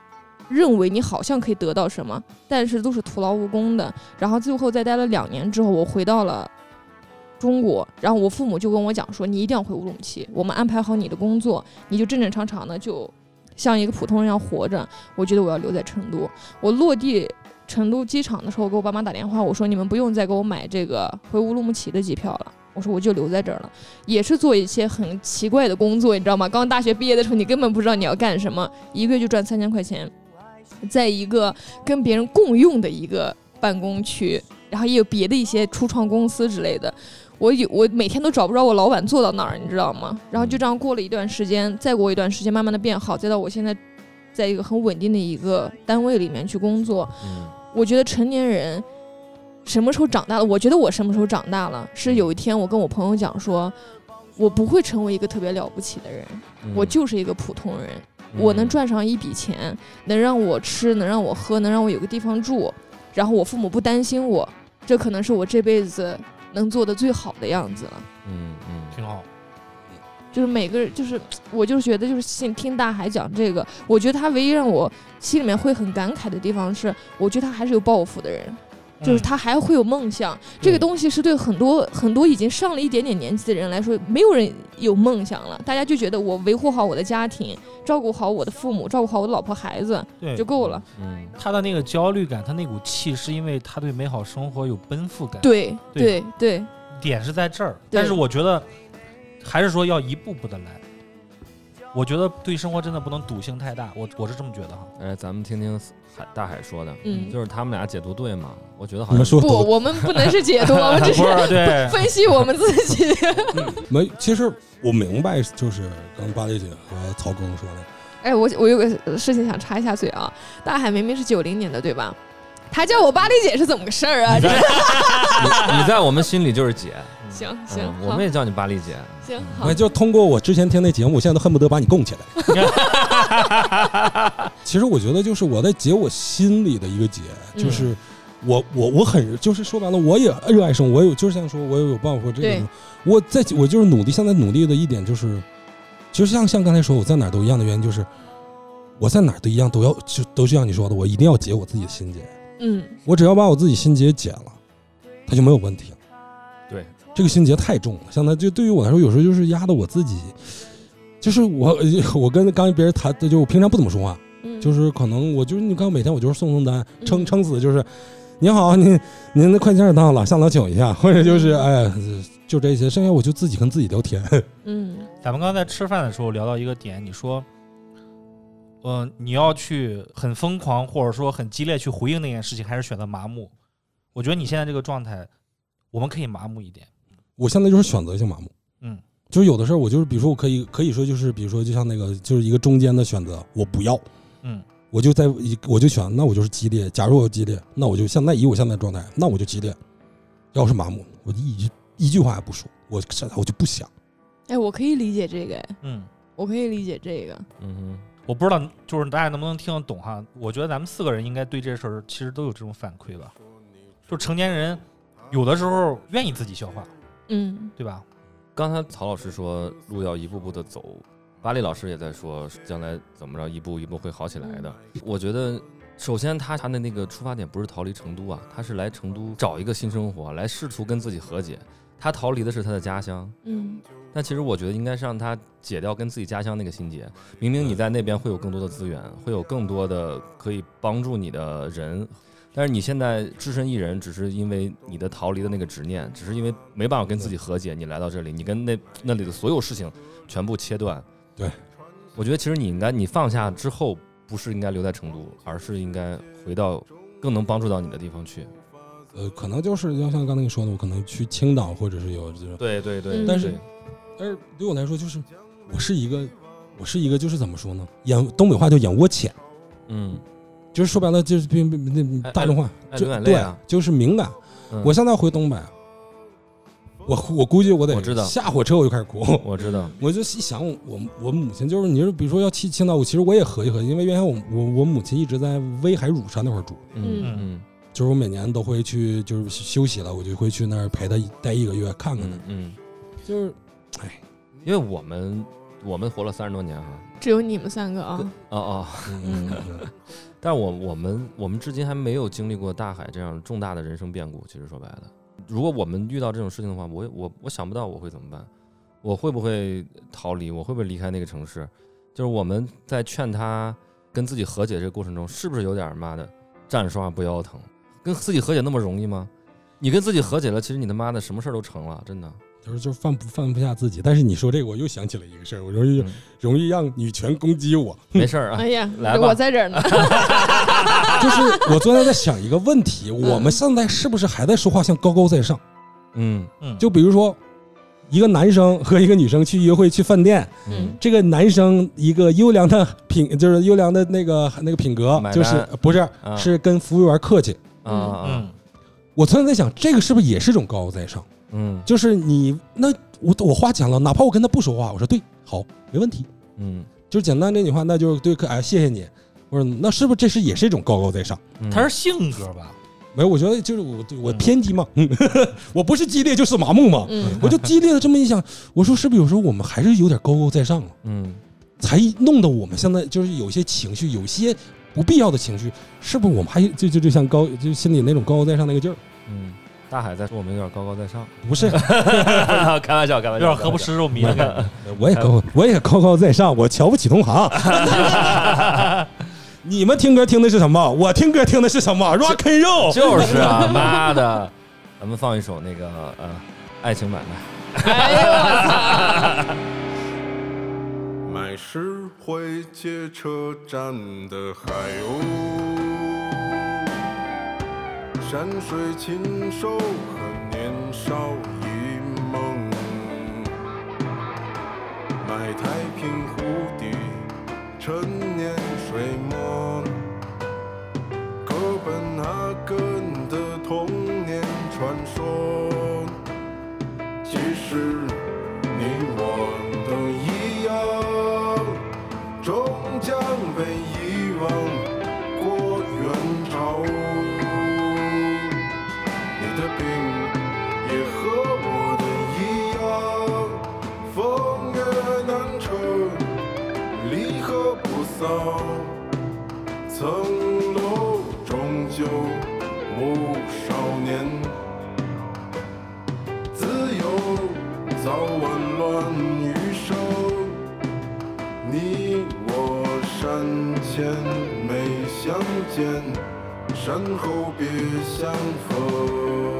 认为你好像可以得到什么，但是都是徒劳无功的。然后最后在待了两年之后，我回到了中国，然后我父母就跟我讲说，你一定要回乌鲁木齐，我们安排好你的工作，你就正正常常的就像一个普通人一样活着。我觉得我要留在成都。我落地成都机场的时候，给我爸妈打电话，我说你们不用再给我买这个回乌鲁木齐的机票了，我说我就留在这儿了，也是做一些很奇怪的工作，你知道吗？刚大学毕业的时候，你根本不知道你要干什么，一个月就赚三千块钱，在一个跟别人共用的一个办公区，然后也有别的一些初创公司之类的。我有我每天都找不着我老板坐到哪儿，你知道吗？然后就这样过了一段时间，再过一段时间，慢慢的变好，再到我现在在一个很稳定的一个单位里面去工作。 嗯， 我觉得成年人什么时候长大了？我觉得我什么时候长大了？是有一天我跟我朋友讲说，我不会成为一个特别了不起的人， 嗯我就是一个普通人。我能赚上一笔钱，能让我吃，能让我喝，能让我有个地方住，然后我父母不担心我，这可能是我这辈子能做的最好的样子了。 嗯嗯， 挺好。 就是每个人，就是我就是觉得，就是听大海讲这个，我觉得他唯一让我心里面会很感慨的地方是，我觉得他还是有抱负的人。就是他还会有梦想、嗯、这个东西是对很多很多已经上了一点点年纪的人来说，没有人有梦想了，大家就觉得我维护好我的家庭，照顾好我的父母，照顾好我的老婆孩子就够了。 嗯， 他的那个焦虑感，他那股气是因为他对美好生活有奔赴感。 对对 对, 对， 点是在这儿。但是我觉得还是说要一步步的来，我觉得对生活真的不能赌性太大，我我是这么觉得哈。 哎，咱们听听海大海说的， 嗯， 就是他们俩解读对吗？我觉得好像说不，我们不能是解读，我们只是对分析我们自己。 没，其实我明白，就是刚巴黎姐和曹庚说的。 哎，我我有个事情想插一下嘴啊，大海明明是九零年的对吧？他叫我巴黎姐是怎么个事儿啊？这你, 你在我们心里就是姐。 行行、 嗯，我们也叫你巴黎姐。 行，好。 我就通过我之前听那节目，我现在都恨不得把你供起来。其实我觉得，就是我在解我心里的一个结，就是我我我很就是说白了，我也热爱生活，我有就是像说，我也有抱负这个。我在我就是努力，现在努力的一点就是，其实像像刚才说，我在哪儿都一样的原因就是，我在哪儿都一样，都要就都是像你说的，我一定要解我自己的心结。 嗯， 我只要把我自己心结解了，它就没有问题了。 对， 这个心结太重了，像他就对于我来说，有时候就是压得我自己，就是我我跟刚才别人谈，就我平常不怎么说话， 嗯、 就是可能我就是你刚每天我就是送送单，撑撑死就是，您好，您您的快件到了，上楼请一下，或者就是哎，就这些，剩下我就自己跟自己聊天。 嗯， 咱们刚才吃饭的时候聊到一个点，你说，嗯、呃，你要去很疯狂或者说很激烈去回应那件事情，还是选择麻木？我觉得你现在这个状态。我们可以麻木一点， 我现在就是选择性麻木， 嗯， 就是有的时候我就是，比如说我可以可以说就是，比如说就像那个就是一个中间的选择，我不要， 嗯， 我就在我就选，那我就是激烈。假如我有激烈，那我就现在以我现在的状态，那我就激烈。要是麻木，我一一句话也不说，我现在我就不想。 哎，我可以理解这个， 嗯， 我可以理解这个， 嗯哼， 我不知道就是大家能不能听得懂哈？我觉得咱们四个人应该对这事儿其实都有这种反馈吧，就成年人。有的时候愿意自己消化， 嗯， 对吧？ 刚才曹老师说路要一步步的走，巴黎老师也在说将来怎么着一步一步会好起来的。嗯、我觉得，首先他他的那个出发点不是逃离成都啊，他是来成都找一个新生活，来试图跟自己和解。他逃离的是他的家乡， 嗯， 但其实我觉得应该是让他解掉跟自己家乡那个心结。明明你在那边会有更多的资源，会有更多的可以帮助你的人。但是你现在只身一人，只是因为你的逃离的那个执念，只是因为没办法跟自己和解，你来到这里，你跟那那里的所有事情全部切断。 对， 我觉得其实你应该，你放下之后，不是应该留在成都，而是应该回到更能帮助到你的地方去。 呃，可能就是要像刚才你说的，我可能去青岛，或者是有这种。 对对对， 但是，但是对我来说，就是我是一个，我是一个，就是怎么说呢？眼东北话叫眼窝浅。 嗯。 就是说白了，就是那大众化，就对，就是敏感。 嗯、 我现在回东北，我我估计我得我知道下火车我就开始哭。 我知道， 我就一想我，我我母亲就是，你说比如说要去青岛，我其实我也合计合计，因为原先我我我母亲一直在威海乳山那块住， 嗯嗯， 就是我每年都会去，就是休息了，我就会去那儿陪她待一个月看看她。 嗯， 就是，哎， 因为我们我们活了三十多年哈， 只有你们三个啊。 哦哦， 嗯， 但是我我们我们至今还没有经历过大海这样重大的人生变故。其实说白了，如果我们遇到这种事情的话，我我我想不到我会怎么办，我会不会逃离，我会不会离开那个城市？就是我们在劝他跟自己和解这个过程中，是不是有点妈的站刷不腰疼？跟自己和解那么容易吗？你跟自己和解了，其实你他妈的什么事都成了，真的。 就是就放不放不下自己。但是你说这个，我又想起了一个事儿，我容易、 嗯、 容易让女权攻击我。 没事儿啊， 哎呀， 来吧， 我在这儿呢。 就是我昨天在想一个问题， 嗯、 我们现在是不是还在说话像高高在上？ 嗯嗯， 就比如说。一个男生和一个女生去约会去饭店， 嗯， 这个男生一个优良的品，就是优良的那个那个品格，就是不是、啊、是跟服务员客气啊。嗯， 我突然在想，这个是不是也是一种高高在上？ 嗯， 就是你那我我花钱了，哪怕我跟他不说话，我说对，好，没问题。 嗯， 就是简单这句话，那就是对，哎，谢谢你。我说那是不是这是也是一种高高在上？ 嗯、 他是性格吧？ 没有，我觉得就是我我偏激嘛，嗯、我不是激烈就是麻木嘛， 嗯、 我就激烈的这么一想，我说是不是有时候我们还是有点高高在上啊？ 嗯， 才弄得我们现在就是有些情绪，有些不必要的情绪，是不是我们还就就就像高就心里那种高高在上那个劲儿？ 嗯，大海在说我们有点高高在上， 不是， 开玩笑，开玩笑， 有点喝不吃肉糜的感觉。 我也高，我也高高在上，我瞧不起同行。你们听歌听的是什么？我听歌听的是什么 ？Rock and roll。 就是啊，妈的！咱们放一首那个呃，爱情买卖。 哎呦我操！ 买石灰街车站的海鸥，山水禽兽和年少一梦，买太平湖底陈年水墨，哥本哈根的童年传说。其实你我都一样，终将被遗忘过元朝。你的病也和我的一样，风月难酬，离合不丧，层楼终究无少年，自由早晚乱余生，你我山前没相见，山后别相逢。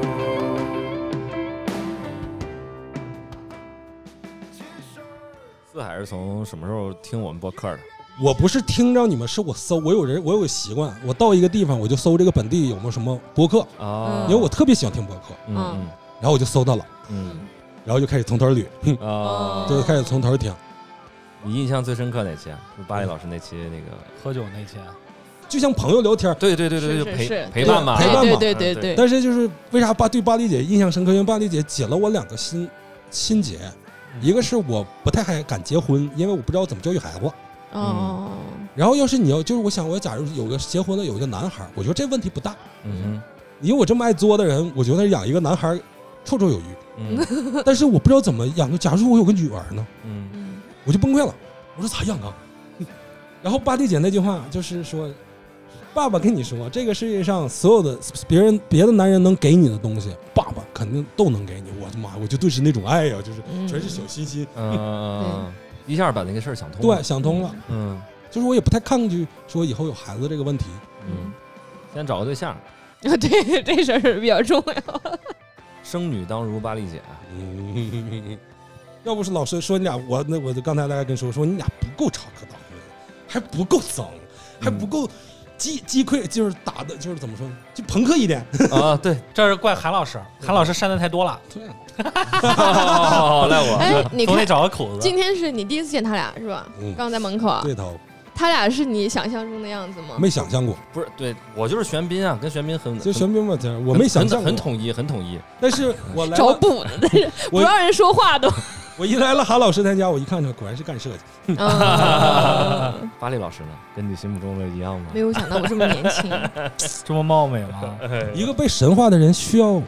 四海是从什么时候听我们播客的？ 我不是听着你们，是我搜，我有人，我有个习惯，我到一个地方我就搜这个本地有没有什么播客啊， 因为我特别喜欢听播客， 嗯嗯， 然后我就搜到了， 嗯， 然后就开始从头捋， 啊， 就开始从头听。 你印象最深刻哪期啊？是巴黎老师那期那个喝酒那期啊？ 就像朋友聊天， 对对对对，就陪陪伴嘛， 陪伴嘛， 对对对对。 但是就是为啥巴对巴黎姐印象深刻？因为巴黎姐解了我两个心心结，一个是我不太还敢结婚，因为我不知道怎么教育孩子。 哦。 然后要是你要就是我想我假如有个结婚了有一个男孩，我觉得这问题不大。 嗯哼。 以我这么爱作的人，我觉得养一个男孩绰绰有余。 嗯。 但是我不知道怎么养。假如说我有个女儿呢？ 嗯。 我就崩溃了。我说咋养啊？然后巴蒂姐那句话就是说，爸爸跟你说，这个世界上所有的别人别的男人能给你的东西，爸爸肯定都能给你。我的妈，我就顿时那种爱呀、啊，就是全是小心心。 嗯、呃，一下把那个事儿想通了。对，想通了。 嗯， 就是我也不太抗拒说以后有孩子这个问题。 嗯，先找个对象。 啊，对，这事儿比较重要。 生女当如巴黎姐。 嗯。要不是老师说你俩，我那我就刚才大家跟说说你俩不够插科打诨，还不够脏，还不够击击溃，就是打的，就是怎么说，就朋克一点啊。对， 这是怪韩老师，韩老师删的太多了。 对， 好赖我。 哎，你总得找个口子。 今天是你第一次见他俩是吧？嗯，刚在门口啊。 对头。 他俩是你想象中的样子吗？ 没想象过。 不是，对我就是玄彬啊，跟玄彬很就玄彬嘛，我没想象过， 很统一，很统一。 但是我来找补的，不让人说话都。 我一来了韩老师他家，我一看他果然是干设计。 啊、巴黎老师呢，跟你心目中的一样吗？ 没有想到我这么年轻， 这么貌美吗？ 一个被神化的人需要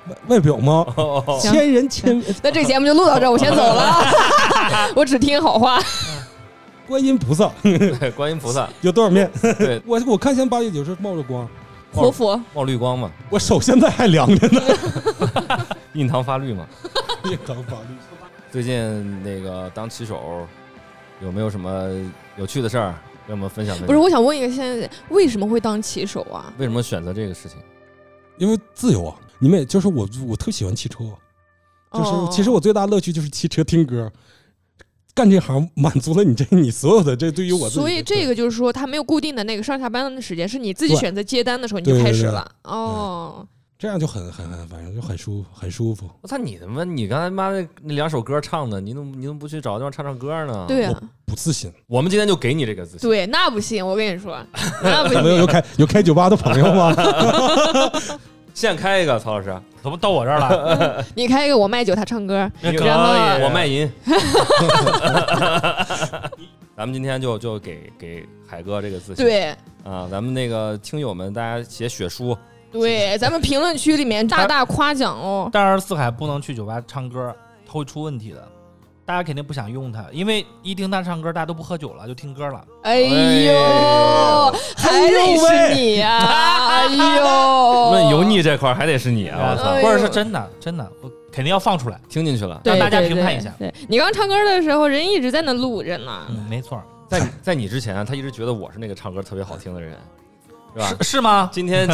外表吗？ 哦千人千那这个节目就录到这儿，我先走了。我只听好话。 观音菩萨对，观音菩萨， 有多少面？ 对， 我我看现在八月九是冒着光， 活佛冒绿光嘛， 我手现在还凉着呢。 印堂发绿嘛。 印堂发绿。 最近那个当骑手有没有什么有趣的事儿跟我们分享分享？ 不是，我想问一个，现在为什么会当骑手啊？ 为什么选择这个事情？ 因为自由啊！你们也就是我，我特喜欢汽车，就是、 哦、 其实我最大乐趣就是骑车听歌。干这行满足了你这你所有的这对于我自己， 所以这个就是说，他没有固定的那个上下班的时间，是你自己选择接单的时候你就开始了。对对对哦， 这样就很很很，反正就很舒服，很舒服。 我操，你他妈，你刚才妈的那两首歌唱的，你怎么你怎么不去找个地方唱唱歌呢？ 对啊， 不自信。 我们今天就给你这个自信。 对，那不行，我跟你说，那不行。 有有开有开酒吧的朋友吗？ 现在开一个，曹老师， 怎么到我这儿了？ 你开一个，我卖酒，他唱歌， 然后我卖淫。咱们今天就就给给海哥这个自信。 对啊，咱们那个听友们，大家写血书。 对，咱们评论区里面大大夸奖哦。 但是四海不能去酒吧唱歌，他会出问题的。大家肯定不想用它，因为一听他唱歌，大家都不喝酒了，就听歌了。 哎呦，还得是你呀！哎呦， 论油腻这块还得是你啊！我操， 或者是真的，真的，我肯定要放出来， 听进去了， 让大家评判一下。 对你刚唱歌的时候，人一直在那录着呢。 嗯，没错。 在在你之前，他一直觉得我是那个唱歌特别好听的人，是吧？ 是吗？ 今天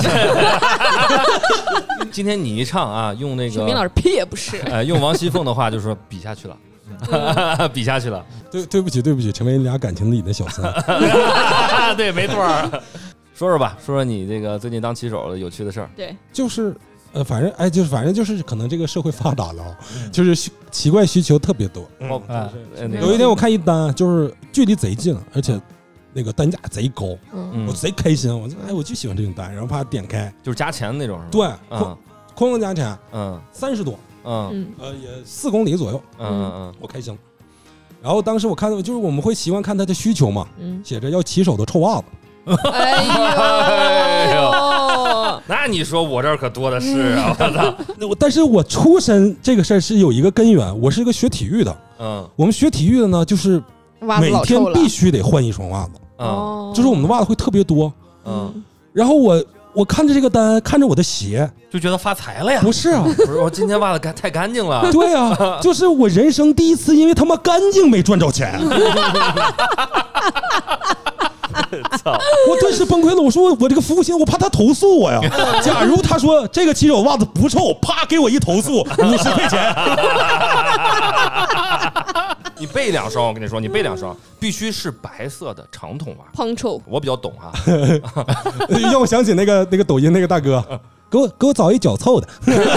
今天你一唱啊，用那个小明老师屁也不是， 哎，用王熙凤的话就说比下去了。比下去了， 对，对不起，对不起，成为俩感情里的小三。 对，没错。 说说吧，说说你这个最近当骑手的有趣的事儿。 对， 就是呃，反正哎，就是反正就是可能这个社会发达了，嗯、就是奇怪需求特别多。 哦嗯嗯、 有一天我看一单，就是距离贼近，而且那个单价贼高， 嗯、 我贼开心，我就哎，我就喜欢这种单，然后把它点开， 就是加钱那种，是吧？ 对， 嗯， 哐哐加钱， 嗯， 三十多。 嗯呃，也四公里左右， 嗯嗯嗯， 我开心了。然后当时我看到，就是我们会习惯看他的需求嘛， 嗯， 写着要骑手的臭袜子。 哎呦， 那你说我这儿可多的是啊！我操！ 我但是我出身这个事儿是有一个根源，我是一个学体育的， 嗯， 我们学体育的呢，就是每天必须得换一双袜子， 嗯， 就是我们的袜子会特别多， 嗯， 然后我。我看着这个单，看着我的鞋， 就觉得发财了呀！ 不是啊， 不是我今天袜子干太干净了。 对啊，就是我人生第一次因为他妈干净没赚着钱。 操！ 我顿时崩溃了。我说我这个服务心，我怕他投诉我呀。假如他说这个骑手袜子不臭，啪给我一投诉，五十块钱。 你备两双，我跟你说，你备两双，必须是白色的长筒袜。 胖臭， 我比较懂哈。 让我想起那个那个抖音那个大哥，给我给我找一脚臭的。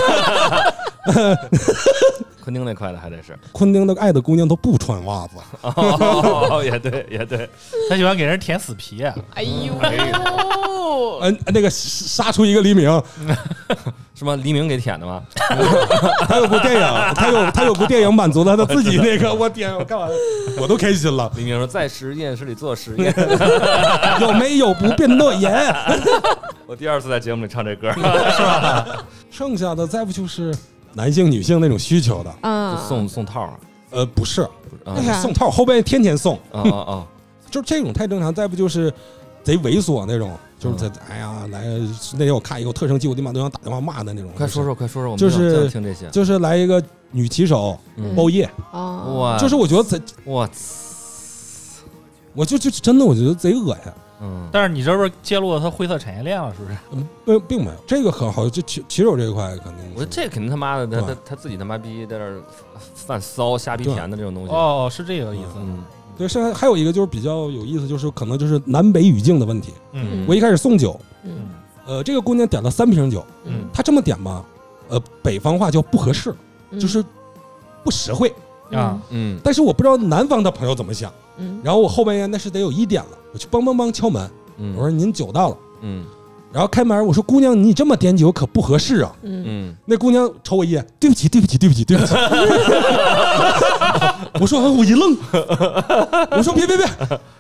昆汀那块的还得是昆汀的爱的姑娘都不穿袜子。 哦，也对，也对， 他喜欢给人舔死皮。 哎呦， 嗯，那个杀出一个黎明， 是吗？黎明给舔的吗？ 他有部电影，他有他有部电影满足了他自己那个，我天，我干完我都开心了。 黎明说在实验室里做实验， 有没有不变诺言？ 我第二次在节目里唱这歌，是吧？剩下的再不就是男性、女性那种需求的， 嗯， 送送套啊？ 呃，不是， 啊、 送套后边天天送， 啊啊啊， 就这种太正常。再不就是贼猥琐那种，就是在、嗯、哎呀来，那天我看一个我特生气，我立马都想打电话骂的那种。 快说说，快说说，我们就是听这些， 就是来一个女骑手、嗯、包夜， 哦， 哇， 就是我觉得贼， 我， 我就就真的我觉得贼恶心。 嗯， 但是你这不是揭露了他灰色产业链了，是不是？ 嗯，并并没有，这个很好，就骑骑手这一块肯定。 我说这肯定他妈的，他他他自己他妈逼在这儿犯骚瞎逼甜的这种东西。 哦，是这个意思。 嗯， 对，剩下还有一个就是比较有意思，就是可能就是南北语境的问题。 嗯， 我一开始送酒， 嗯， 呃，这个姑娘点了三瓶酒， 嗯， 她这么点吧，呃，北方话叫不合适， 嗯、 就是不实惠啊。 嗯， 但是我不知道南方的朋友怎么想。 嗯， 然后我后半夜那是得有一点了，我去梆梆梆敲门。 嗯， 我说您酒到了， 嗯， 然后开门，我说姑娘，你这么点酒可不合适啊， 嗯， 那姑娘瞅我一眼，对不起，对不起，对不起，对不起，我说我一愣，我说别别别，我说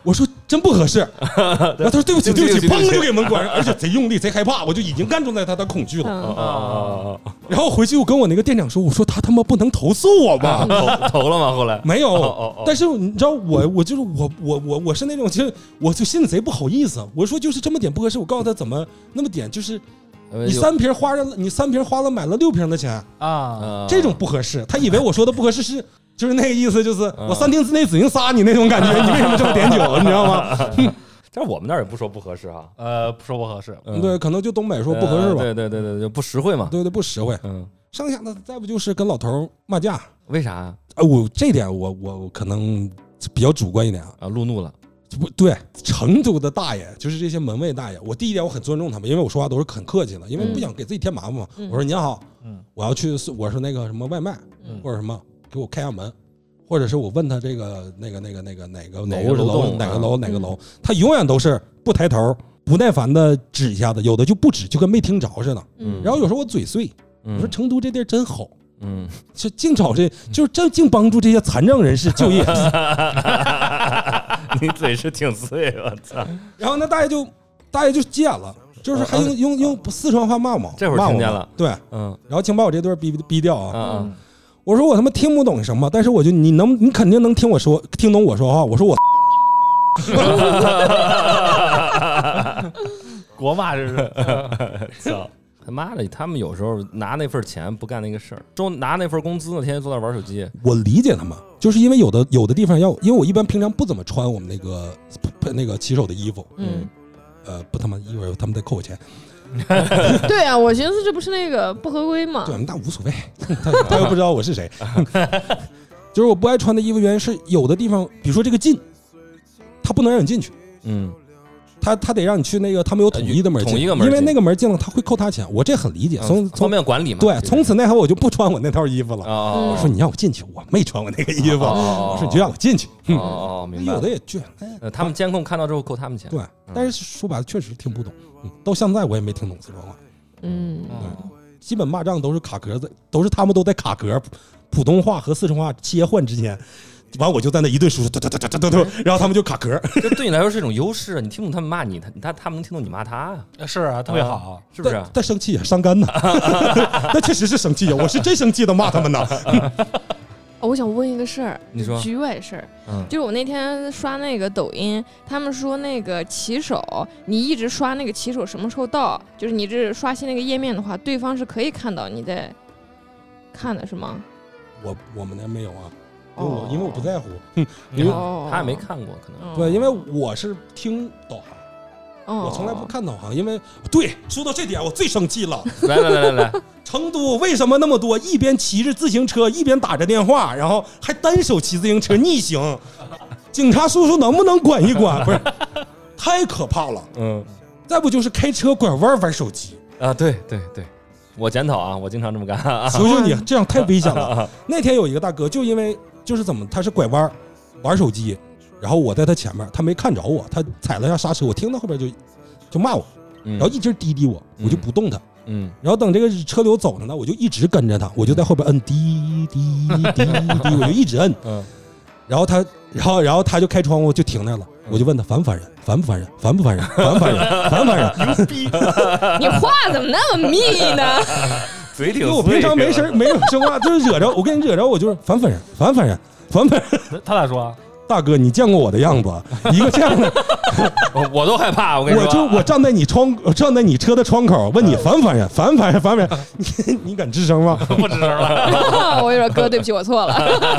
真不合适。然后他说对不起对不起， 对不起砰就给门关上，而且贼用力贼害怕，我就已经看出来他的恐惧了。 嗯啊然后回去我跟我那个店长说，我说他他妈不能投诉我吧？ 投投了吗？后来没有， 哦哦哦但是你知道我我就是我我我我是那种，就是我就心里贼不好意思。我说就是这么点不合适，我告诉他怎么那么点，就是你三瓶花了你三瓶花了买了六瓶的钱啊， 啊这种不合适。他以为我说的不合适是就是那个意思，就是嗯我三天之内指定杀你那种感觉。你为什么这么点酒？你知道吗？ 但是我们那儿也不说不合适哈， 呃，不说不合适， 嗯对，可能就东北说不合适吧。 呃对对对对，就不实惠嘛。 对对，不实惠。 嗯， 剩下的再不就是跟老头儿骂架。 为啥呀？ 哎，我这点我我可能比较主观一点啊。 啊，路怒了。 不对，成都的大爷就是这些门卫大爷。我第一点我很尊重他们，因为我说话都是很客气的，因为不想给自己添麻烦嘛。 嗯我说您好， 嗯我要去，我说那个什么外卖嗯或者什么，给我开下门，或者是我问他这个那个那个那个哪个哪个楼是楼楼栋哪个楼哪个嗯楼，他永远都是不抬头，不耐烦的指一下子，有的就不指，就跟没听着似的。 嗯然后有时候我嘴碎， 嗯我说成都这地儿真好。 嗯， 就净找这，就是真净帮助这些残障人士就业。 你嘴是挺碎，我操！ 然后那大爷就大爷就急眼了，就是还用用用四川话骂我， 这会儿骂我听见了。 对， 嗯然后请把我这段逼逼掉啊！ 啊嗯我说我他妈听不懂什么，但是我就你能你肯定能听我说听懂我说话。我说我国骂这是， 操！他妈的，他们有时候拿那份钱不干那个事儿，周拿那份工资呢，天天坐那玩手机。 我理解他们，就是因为有的有的地方要，因为我一般平常不怎么穿我们那个那个骑手的衣服， 嗯， 呃，不他妈一会儿他们再扣我钱， 对啊，我寻思这不是那个不合规吗？ 对，那无所谓，他他又不知道我是谁。就是我不爱穿的衣服，原因是有的地方，比如说这个进，他不能让你进去。 嗯， 他他得让你去那个他们有统一的门进， 统一个门进因为那个门进了他会扣他钱，我这很理解。从方从便管理嘛。 对，从此那后我就不穿我那套衣服了。 哦我说你让我进去，我没穿我那个衣服。 哦我说你就让我进去。 哦哦，明白了。 有的也倔，哎呃，他们监控看到之后扣他们钱。 对，但是说白了确实听不懂，嗯到现在我也没听懂四川话， 嗯， 基本骂仗都是卡壳子，都是他们都在卡壳，普通话和四川话切换之间。完我就在那一顿输出，嘟嘟嘟嘟嘟嘟，然后他们就卡壳。 这对你来说是一种优势，你听不懂他们骂你，他他他们能听懂你骂他呀， 是啊，特别好。 是不是但？但生气也伤肝呐，那确实是生气呀，我是真生气的骂他们呢。 哦我想问一个事儿， 你说局外事儿， 嗯就是我那天刷那个抖音，他们说那个骑手，你一直刷那个骑手什么时候到，就是你这刷新那个页面的话，对方是可以看到你在看的，是吗？ 我我们那没有啊，因为哦我因为我不在乎，因为哦， 他也没看过，可能。 嗯， 对，因为我是听导航， 哦我从来不看导航，因为对说到这点我最生气了。 来来来来来， 成都为什么那么多一边骑着自行车一边打着电话，然后还单手骑自行车逆行？警察叔叔能不能管一管？不是，太可怕了。 嗯再不就是开车拐弯玩手机， 啊，对对对，我检讨啊，我经常这么干啊。 求求你，这样太危险了。那天有一个大哥，就因为就是怎么他是拐弯玩手机，然后我在他前面，他没看着我，他踩了下刹车，我听到后边就就骂我， 然然后一直滴滴我，我就不动他。 嗯然后等这个车流走了呢，我就一直跟着他，我就在后边摁滴滴滴滴，我就一直摁。 嗯然后他，然后然后他就开窗户就停那了，我就问他烦不烦人，烦不烦人，烦不烦人，烦不烦人，烦不烦人。牛逼！ 你话怎么那么密呢？ 嘴挺因为我平常没事没有说话，就是惹着我跟你惹着我就是烦不烦人，烦不烦人，烦不烦人。 他咋说啊？ 大哥，你见过我的样子？一个这样的， 我我都害怕，我跟你说， 我就我站在你窗，我站在你车的窗口，问你烦不烦人，烦不烦人，烦不烦人？你你敢吱声吗？ 不吱声了。 我就说哥，对不起，我错了。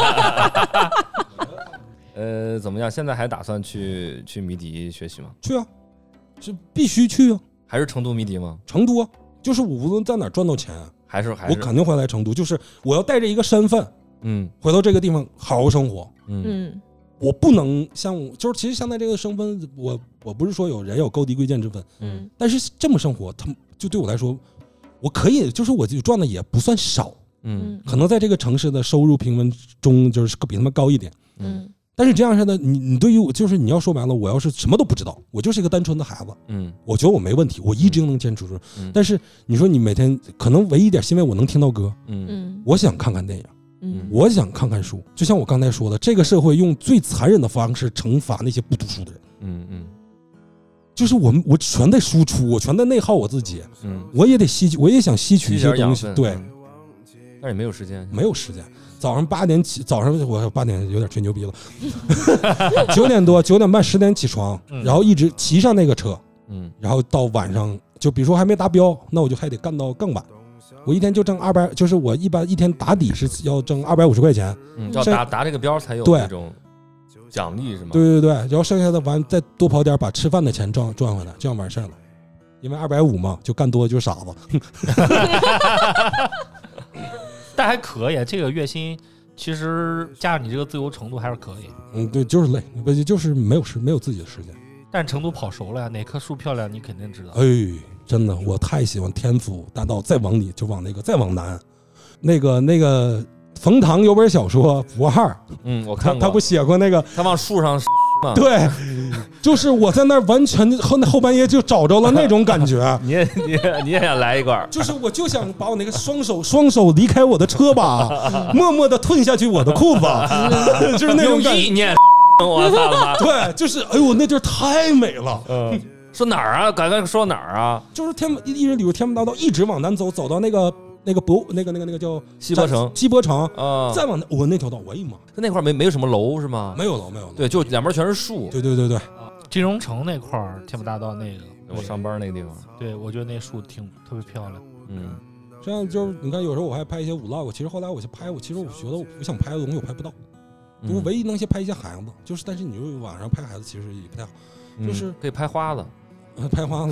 呃，怎么样？现在还打算去去迷笛学习吗？ 去啊，是必须去啊。 还是成都迷笛吗？ 成都啊，就是我无论在哪儿赚到钱， 还是还是我肯定会来成都。就是我要带着一个身份嗯回到这个地方好好生活。 嗯嗯我不能像我，就是其实现在这个身份，我我不是说有人有高低贵贱之分， 嗯但是这么生活，他就对我来说，我可以，就是我就赚的也不算少， 嗯嗯可能在这个城市的收入平均中就是比他们高一点。 嗯但是这样式的，你你对于我，就是你要说白了，我要是什么都不知道，我就是一个单纯的孩子， 嗯我觉得我没问题，我一直能坚持住。 嗯但是你说你每天可能唯一一点，是因为我能听到歌， 嗯嗯我想看看电影， 嗯我想看看书。就像我刚才说的，这个社会用最残忍的方式惩罚那些不读书的人。 嗯嗯， 就是我们我全在输出，我全在内耗我自己， 嗯， 我也得吸取，我也想吸取一些东西，对， 嗯，但是也没有时间， 没有时间。早上八点起，早上我八点有点吹牛逼了，九点多九点半十点起床，然后一直骑上那个车， 嗯， 然后到晚上就比如说还没达标，那我就还得干到更晚。我一天就挣二百，就是我一般一天打底是要挣二百五十块钱， 嗯，要达达这个标才有这种奖励是吗？ 对对对，然后剩下的完再多跑点，把吃饭的钱赚赚回来，这样完事儿了。因为二百五嘛，就干多就是傻子。 但还可以，这个月薪其实加上你这个自由程度还是可以。 嗯，对，就是累，不就是没有时没有自己的时间。 但成都跑熟了呀，哪棵树漂亮你肯定知道。 哎，真的，我太喜欢天府大道，再往里就往那个再往南，那个那个冯唐有本小说《不二》， 嗯，我看过， 他不写过那个， 他往树上嘛， 对，就是我在那儿完全后后半夜就找着了那种感觉。 你也你也你也想来一罐？ 就是我就想把我那个双手双手离开我的车把，默默的吞下去我的裤子，就是那种感觉。 意念，我操！ 对，就是哎呦，那地儿太美了。 嗯，说哪儿啊？刚刚说哪儿啊？ 就是天一直旅游天门大道，一直往南走，走到那个那个博那个那个那个叫西博城， 西博城啊， 再往南，我那条道，我哎呀妈， 他那块没没有什么楼是吗？ 没有楼，没有楼， 对，就两边全是树。 对对对对， 金融城那块儿，天府大道那个， 我上班那个地方， 对我觉得那树挺特别漂亮。 嗯， 这样就是你看，有时候我还拍一些 vlog，其实后来我去拍，我其实我觉得我想拍的东西我拍不到。我唯一能先拍一些孩子，就是但是你说晚上拍孩子其实也不太好，就是可以拍花子， 拍花子。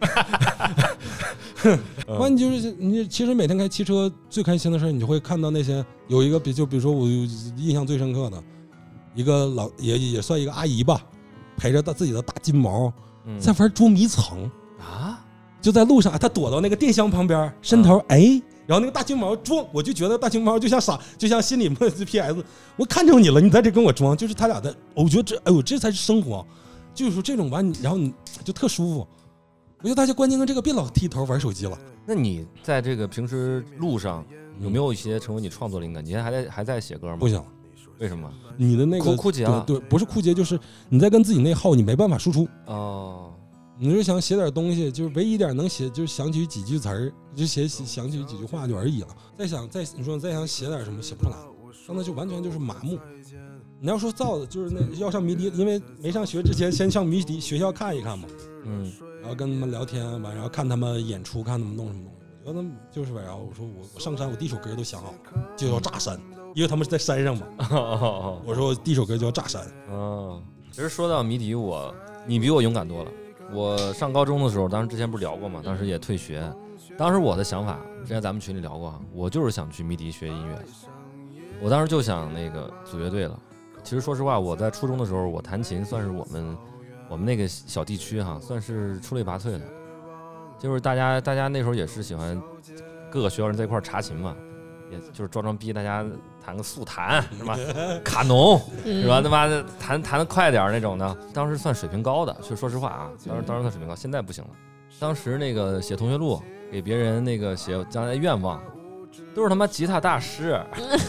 完，你就是你其实每天开汽车最开心的事，你就会看到那些有一个比就比如说我印象最深刻的一个老也也算一个阿姨吧，陪着她自己的大金毛在玩捉迷藏啊， 就在路上，她躲到那个电箱旁边，伸头哎。然后那个大金毛装，我就觉得大金毛就像傻，就像心里面 P S， 我看着你了，你在这跟我装，就是他俩的，我觉得这，哎呦，这才是生活，就是说这种玩，然后你就特舒服。我觉得大家关键跟这个别老剃头玩手机了。 那你在这个平时路上有没有一些成为你创作灵感？你现在还在还在写歌吗？ 不行， 为什么？ 你的那个枯枯竭了？ 对，不是枯竭，就是你在跟自己内耗，你没办法输出。 哦。 你就想写点东西，就是唯一点能写，就是想起几句词儿，就写想起几句话就而已了。再想再你说再想写点什么，写不出来，刚才就完全就是麻木。你要说造的，就是那要上迷笛，因为没上学之前先上迷笛学校看一看嘛， 嗯， 然后跟他们聊天完，然后看他们演出，看他们弄什么东西。我觉得就是然后我说我我上山，我第一首歌都想好，就叫炸山，因为他们是在山上嘛。我说我第一首歌就叫炸山。 哦，其实说到迷笛，我你比我勇敢多了。我上高中的时候，当时之前不是聊过吗？当时也退学，当时我的想法，之前咱们群里聊过，我就是想去迷笛学音乐，我当时就想那个组乐队了。其实说实话，我在初中的时候，我弹琴算是我们我们那个小地区哈，算是出类拔萃的。就是大家大家那时候也是喜欢各个学校人在一块查琴嘛，也就是装装逼，大家弹个速弹是吧？卡农是吧？他妈的弹弹的快点那种的，当时算水平高的。就说实话啊，当时当时算水平高，现在不行了。当时那个写同学录，给别人那个写将来愿望，都是他妈吉他大师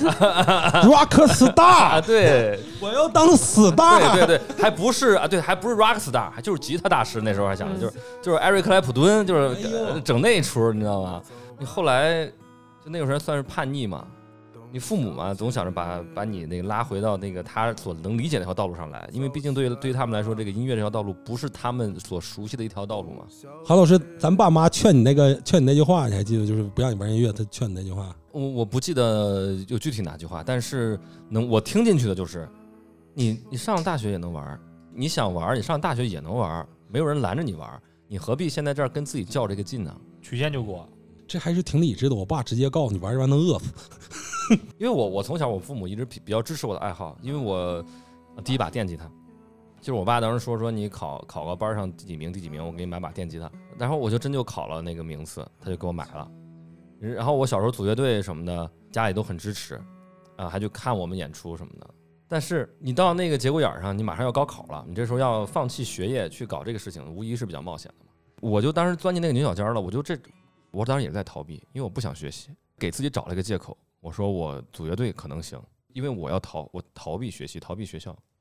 ，rock star， 对， 我要当 star， 对对对，还不是啊，对，还不是 rock star， 还就是吉他大师。那时候还想的就是就是艾瑞克莱普顿，就是整那一出，你知道吗？你后来就那个时候算是叛逆嘛。你父母嘛，总想着把把你那个拉回到那个他所能理解那条道路上来，因为毕竟对对于他们来说，这个音乐这条道路不是他们所熟悉的一条道路嘛。 韩老师，咱爸妈劝你那个劝你那句话，你还记得？就是不让你玩音乐，他劝你那句话。 我我不记得有具体哪句话，但是能我听进去的就是，你你上大学也能玩，你想玩，你上大学也能玩，没有人拦着你玩，你何必现在这儿跟自己较这个劲呢？ 曲线救国。 这还是挺理智的。我爸直接告诉你玩一玩能饿死。 因为我我从小我父母一直比较支持我的爱好，因为我第一把电吉他，就是我爸当时说说你考考个班上第几名第几名，我给你买把电吉他，然后我就真就考了那个名次，他就给我买了。然后我小时候组乐队什么的，家里都很支持，啊，还去看我们演出什么的。但是你到那个节骨眼上，你马上要高考了，你这时候要放弃学业去搞这个事情，无疑是比较冒险的嘛。我就当时钻进那个牛角尖了，我就这。我当时也是在逃避，因为我不想学习，给自己找了一个借口。我说我组乐队可能行，因为我要逃，我逃避学习，逃避学校，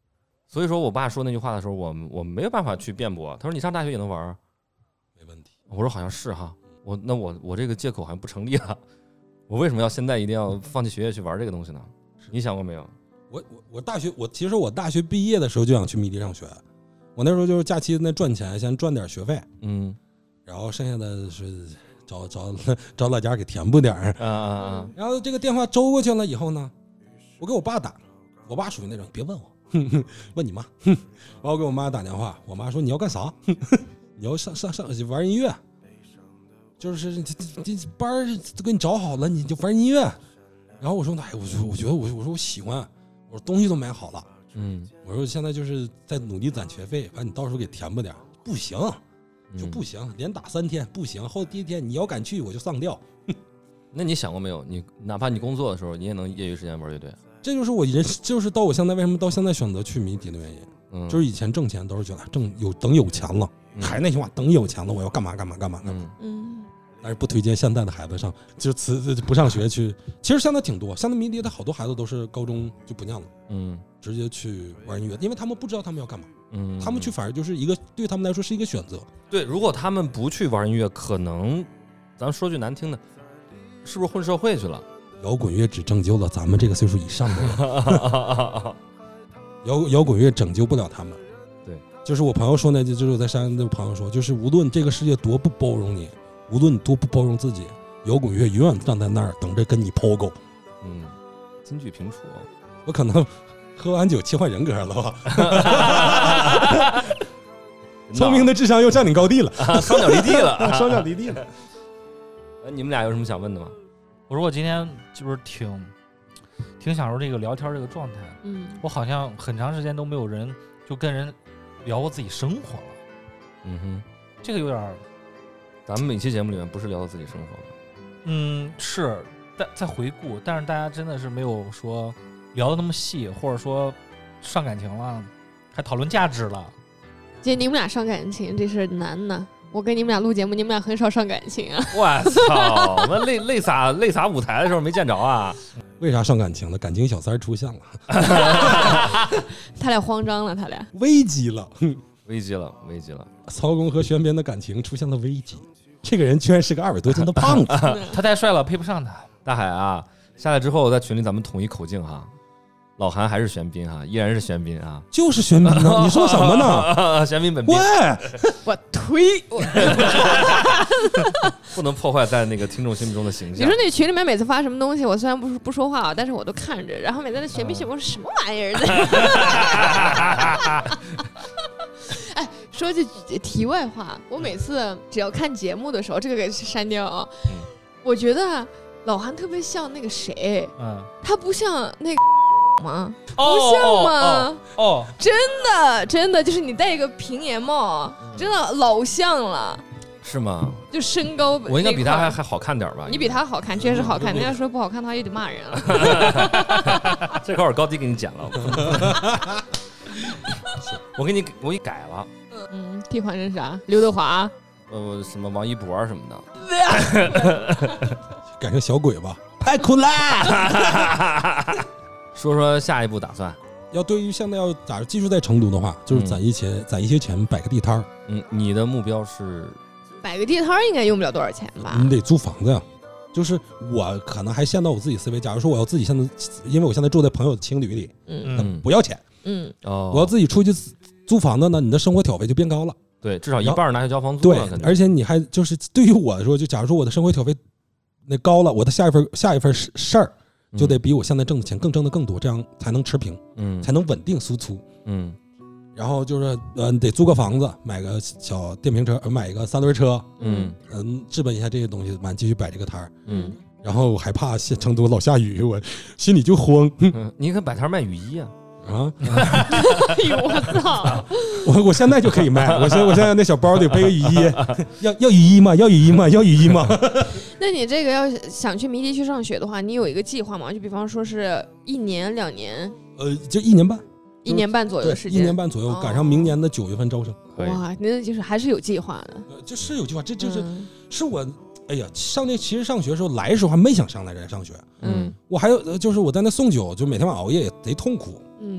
所以说我爸说那句话的时候，我我没有办法去辩驳。他说你上大学也能玩， 没问题。 我说好像是哈，我那我我这个借口好像不成立了。我为什么要现在一定要放弃学业去玩这个东西呢？你想过没有？ 我我我大学我其实我大学毕业的时候就想去迷笛上学，我那时候就是假期那赚钱，先赚点学费， 嗯， 然后剩下的是找找找老家给填补点儿。 啊啊啊！ 然后这个电话周过去了以后呢，我给我爸打，我爸属于那种别问我，哼哼问你妈。哼，然后给我妈打电话，我妈说你要干啥？哼哼你要上上上玩音乐，就是这这这班儿都给你找好了，你就玩音乐。然后我说哎，我说我觉得我我说我喜欢，我说东西都买好了， 嗯， 我说现在就是在努力攒学费，把你到时候给填补点。不行，就不行，连打三天不行，后第一天你要敢去我就上吊。 那你想过没有？你哪怕你工作的时候，你也能业余时间玩乐队。 这就是我人，就是到我现在为什么到现在选择去迷笛的原因。 嗯， 就是以前挣钱都是觉得挣有等有钱了， 嗯、 还是那句话，等有钱了我要干嘛干嘛干嘛干嘛。 嗯， 但是不推荐现在的孩子上，就辞不上学去。其实现在挺多，现在迷笛的好多孩子都是高中就不念了，嗯，直接去玩音乐，因为他们不知道他们要干嘛。嗯，他们去反而就是一个对他们来说是一个选择。 对，如果他们不去玩音乐，可能咱说句难听的，是不是混社会去了？ 摇滚乐只拯救了咱们这个岁数以上的人，摇摇滚乐拯救不了他们。 对， 就是我朋友说那句，就是我在山上的朋友说，就是无论这个世界多不包容你，无论你多不包容自己，摇滚乐永远站在那儿等着跟你抛狗。 嗯，金句评楚， 我可能喝完酒切换人格了吧？聪明的智商又占领高地了， 双脚离地了， 双脚离地了。 哎，你们俩有什么想问的吗？ 我说我今天就是挺挺享受这个聊天这个状态。嗯，我好像很长时间都没有人就跟人聊过自己生活了。 嗯哼， 这个有点。 咱们每期节目里面不是聊到自己生活吗？ 嗯，是，但在回顾，但是大家真的是没有说聊的那么细，或者说上感情了，还讨论价值了。 姐，你们俩上感情这事难呢。我跟你们俩录节目，你们俩很少上感情啊！ 我操，我们泪泪洒泪洒舞台的时候没见着啊！ 为啥上感情了？感情小三出现了， 他俩慌张了，他俩危机了， 危机了，危机了！ 曹公和玄彬的感情出现了危机，这个人居然是个二百多斤的胖子， 他太帅了，配不上他。 大海啊，下来之后在群里咱们统一口径哈。老韩还是玄彬啊，依然是玄彬啊， 就是玄彬呢。你说什么呢？ 玄彬本彬。 喂， 我推， 不能破坏在那个听众心目中的形象。 你说那群里面每次发什么东西，我虽然不不说话，但是我都看着，然后每次那玄彬玄彬是什么玩意儿的？哎，说句题外话，我每次只要看节目的时候，这个给删掉啊。嗯、我觉得老韩特别像那个谁，嗯，他不像那个。吗？不像吗？ 哦，哦哦真的真的就是你戴一个平檐帽，真的老像了。 是吗？ 就身高， 我应该比他还还好看点吧？ 你比他好看，确实好看。人家说不好看，他也得骂人了。 这块儿高低给你剪了，我给你我给你改了。 嗯，替换成啥？刘德华？ 呃，什么王一博什么的。 改成小鬼吧，太酷啦！ 说说下一步打算。 要对于现在要咋继续在成都的话，就是攒一些、嗯、攒一些钱，摆个地摊儿。 嗯，你的目标是摆个地摊儿，应该用不了多少钱吧？ 你得租房子呀。就是我可能还陷到我自己思维，假如说我要自己现在，因为我现在住在朋友的青旅里，嗯，不要钱，嗯，哦，我要自己出去租房子呢，你的生活挑费就变高了。 对，至少一半拿去交房租了。 对，而且你还就是对于我来说，就假如说我的生活挑费那高了，我的下一份下一份事儿。就得比我现在挣的钱更挣的更多，这样才能持平，嗯，才能稳定输出，嗯。然后就是呃，得租个房子，买个小电瓶车，买一个三轮车，嗯嗯，置办一下这些东西，完继续摆这个摊儿，嗯。然后害怕成都老下雨，我心里就慌。 嗯、你可摆摊卖雨衣啊！ 啊！ 哎呦我操！ 我我现在就可以卖，我现我现在那小包里背个雨衣，要要雨衣吗？要雨衣吗？要雨衣吗？ 那你这个要想去迷笛去上学的话，你有一个计划吗？就比方说是一年两年？ 呃，就一年半， 一年半左右的时间， 一年半左右，赶上明年的九月份招生。 哇，那就是还是有计划的。 呃，就是有计划，这就是、嗯、是我。哎呀，上这其实上学的时候来的时候还没想上来这上学，嗯，我还有就是我在那送酒，就每天晚上熬夜也贼痛苦，嗯，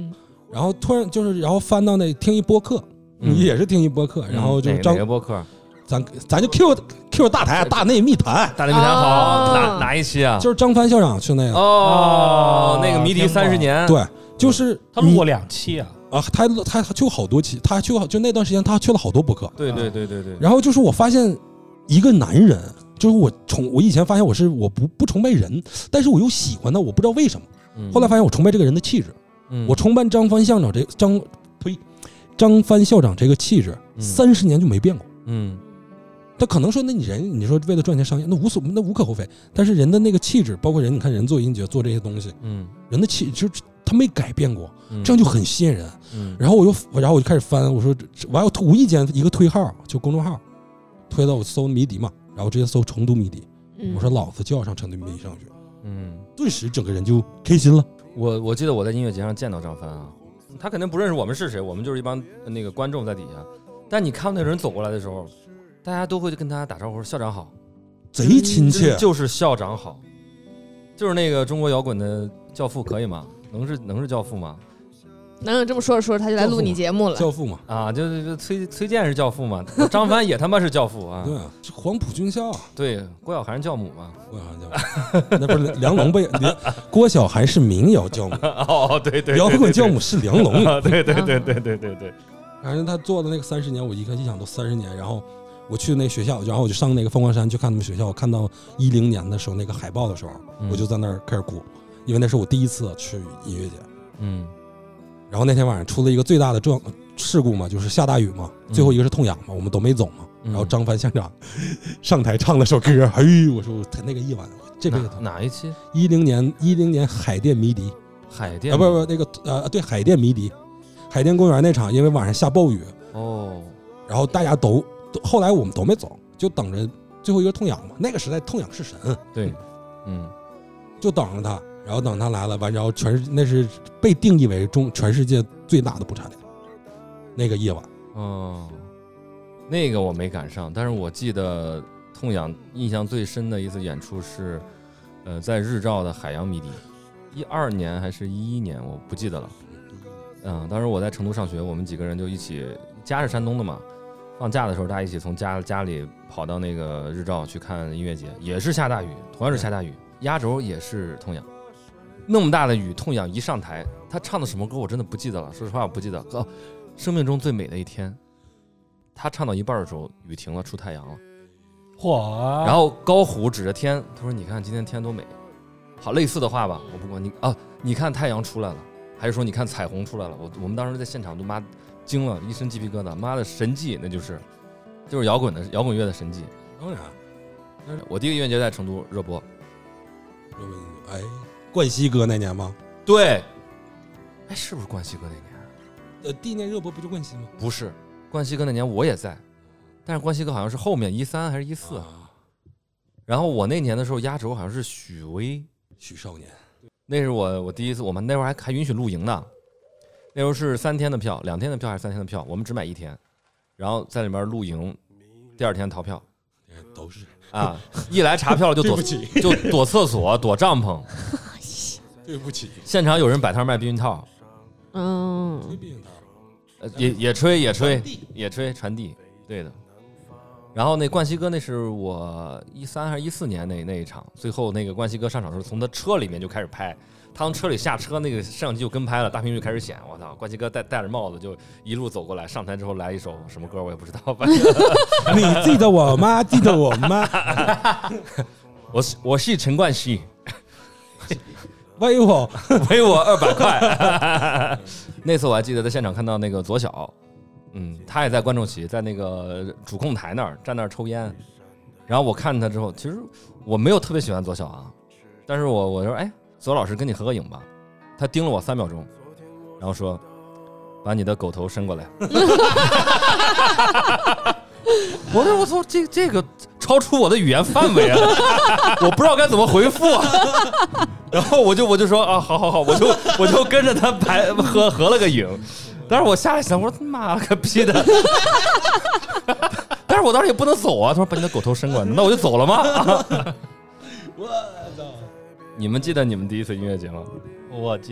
然后突然就是然后翻到那听一播客， 嗯、 也是听一播客，然后就是张、 嗯、哪个播客？ 咱咱就 Q Q 大台大内密谈， 大内密谈好， 哦、 哪哪一期啊？ 就是张帆校长去那个哦，那个迷笛三十年， 对，就是他录过两期啊。 啊，他他去过好多期，他去过就那段时间他去了好多播客。 对对对对对。 然后就是我发现一个男人，就是我崇我以前发现我是我不不崇拜人，但是我又喜欢他，我不知道为什么。 嗯、 后来发现我崇拜这个人的气质， 嗯、 我崇拜张帆校长这张呸张帆校长这个气质，三十、嗯、年就没变过。 嗯。 他可能说，那你人，你说为了赚钱商业，那无所那无可厚非。但是人的那个气质，包括人，你看人做音节做这些东西，嗯，人的气就是他没改变过，嗯、这样就很吸引人。嗯，然后我又，然后我就开始翻，我说，我要无意间一个推号，就公众号，推到我搜迷笛嘛，然后直接搜成都迷笛，嗯、我说老子就要上成都迷笛上学，嗯，顿时整个人就开心了。 我我记得我在音乐节上见到张帆啊，他肯定不认识我们是谁，我们就是一帮那个观众在底下，但你看那个人走过来的时候。大家都会跟他打招呼，说校长好， 贼亲切， 就是校长好，就是那个中国摇滚的教父，可以吗？能是能是教父吗？ 能这么说着说着他就来录你节目了， 教父嘛， 啊，就就崔崔健是教父嘛，张帆也他妈是教父啊， 对啊，是黄埔军校， 对，郭晓涵教母嘛， 郭晓涵教母，那不是梁龙被郭晓涵是民谣教母， 哦，对对， 摇滚教母是梁龙， 对对对对对对对， 反正他做的那个三十年，我一看一想都三十年，然后。我去那学校，然后我就上那个凤凰山去看他们学校。我看到一零年的时候那个海报的时候，嗯、我就在那儿开始哭，因为那是我第一次去音乐节。嗯，然后那天晚上出了一个最大的状事故嘛，就是下大雨嘛，最后一个是痛痒嘛，我们都没走嘛。嗯、然后张帆校长上台唱了首歌，哎，我说他那个夜晚这辈子哪一期？ 一零年一零年海淀迷笛， 海淀啊不不那个呃对海淀迷笛，海淀公园那场，因为晚上下暴雨哦，然后大家都。后来我们都没走，就等着最后一个痛痒嘛。那个时代痛痒是神， 对，嗯， 就等着他，然后等他来了，完然后全那是被定义为中全世界最大的不插电。那个夜晚， 哦，那个我没赶上，但是我记得痛痒印象最深的一次演出是，呃，在日照的海洋迷笛，一二年还是一一年，我不记得了。嗯，当时我在成都上学，我们几个人就一起，家是山东的嘛。放假的时候，大家一起从家家里跑到那个日照去看音乐节，也是下大雨，同样是下大雨，压轴也是痛痒。那么大的雨，痛痒一上台，他唱的什么歌我真的不记得了，说实话我不记得。哦，生命中最美的一天，他唱到一半的时候，雨停了，出太阳了。 嚯！ 然后高虎指着天，他说：“你看今天天多美。”好，类似的话吧，我不管你啊，你看太阳出来了，还是说你看彩虹出来了？我我们当时在现场都妈。惊了，一身鸡皮疙瘩，妈的神迹，那就是就是摇滚的摇滚乐的神迹。 当然， 我第一个音乐节在成都热播， 热播哎，冠希哥那年吗？ 对，哎，是不是冠希哥那年？ 呃，第一年热播不就冠希吗？ 不是，冠希哥那年我也在，但是冠希哥好像是后面一三还是一四、啊，然后我那年的时候压轴好像是许巍、 许少年， 那是我我第一次，我们那会儿还还允许露营呢。那时候是三天的票，两天的票还是三天的票？我们只买一天，然后在里面露营，第二天逃票， 都是啊！一来查票就躲，就躲厕所、躲帐篷。 对不起， 现场有人摆摊卖避孕套， 嗯， 吹避孕套， 呃，也也吹也吹也吹传递，对的。然后那冠希哥那是我一三还是一四年那那一场，最后那个冠希哥上场的时候，从他车里面就开始拍。他从车里下车，那个摄像机就跟拍了，大屏幕就开始显。我操，冠希哥戴戴着帽子就一路走过来，上台之后来一首什么歌我也不知道。 你记得我吗？记得我吗？ 我是我是陈冠希， 为我为我二百块。那次我还记得在现场看到那个左小，嗯，他也在观众席，在那个主控台那儿站那儿抽烟。然后我看他之后，其实我没有特别喜欢左小啊，但是我我说哎。左老师跟你合个影吧，他盯了我三秒钟，然后说：“把你的狗头伸过来。”我说：“我操，这这个超出我的语言范围啊，我不知道该怎么回复、啊。”然后我就我就说：“啊，好好好，我就我就跟着他排合合了个影。”但是我下来想，我说：“他妈个逼的！”但是我当时也不能走啊。他说：“把你的狗头伸过来。”那我就走了吗？ 我操！ 你们记得你们第一次音乐节吗？ 我记得，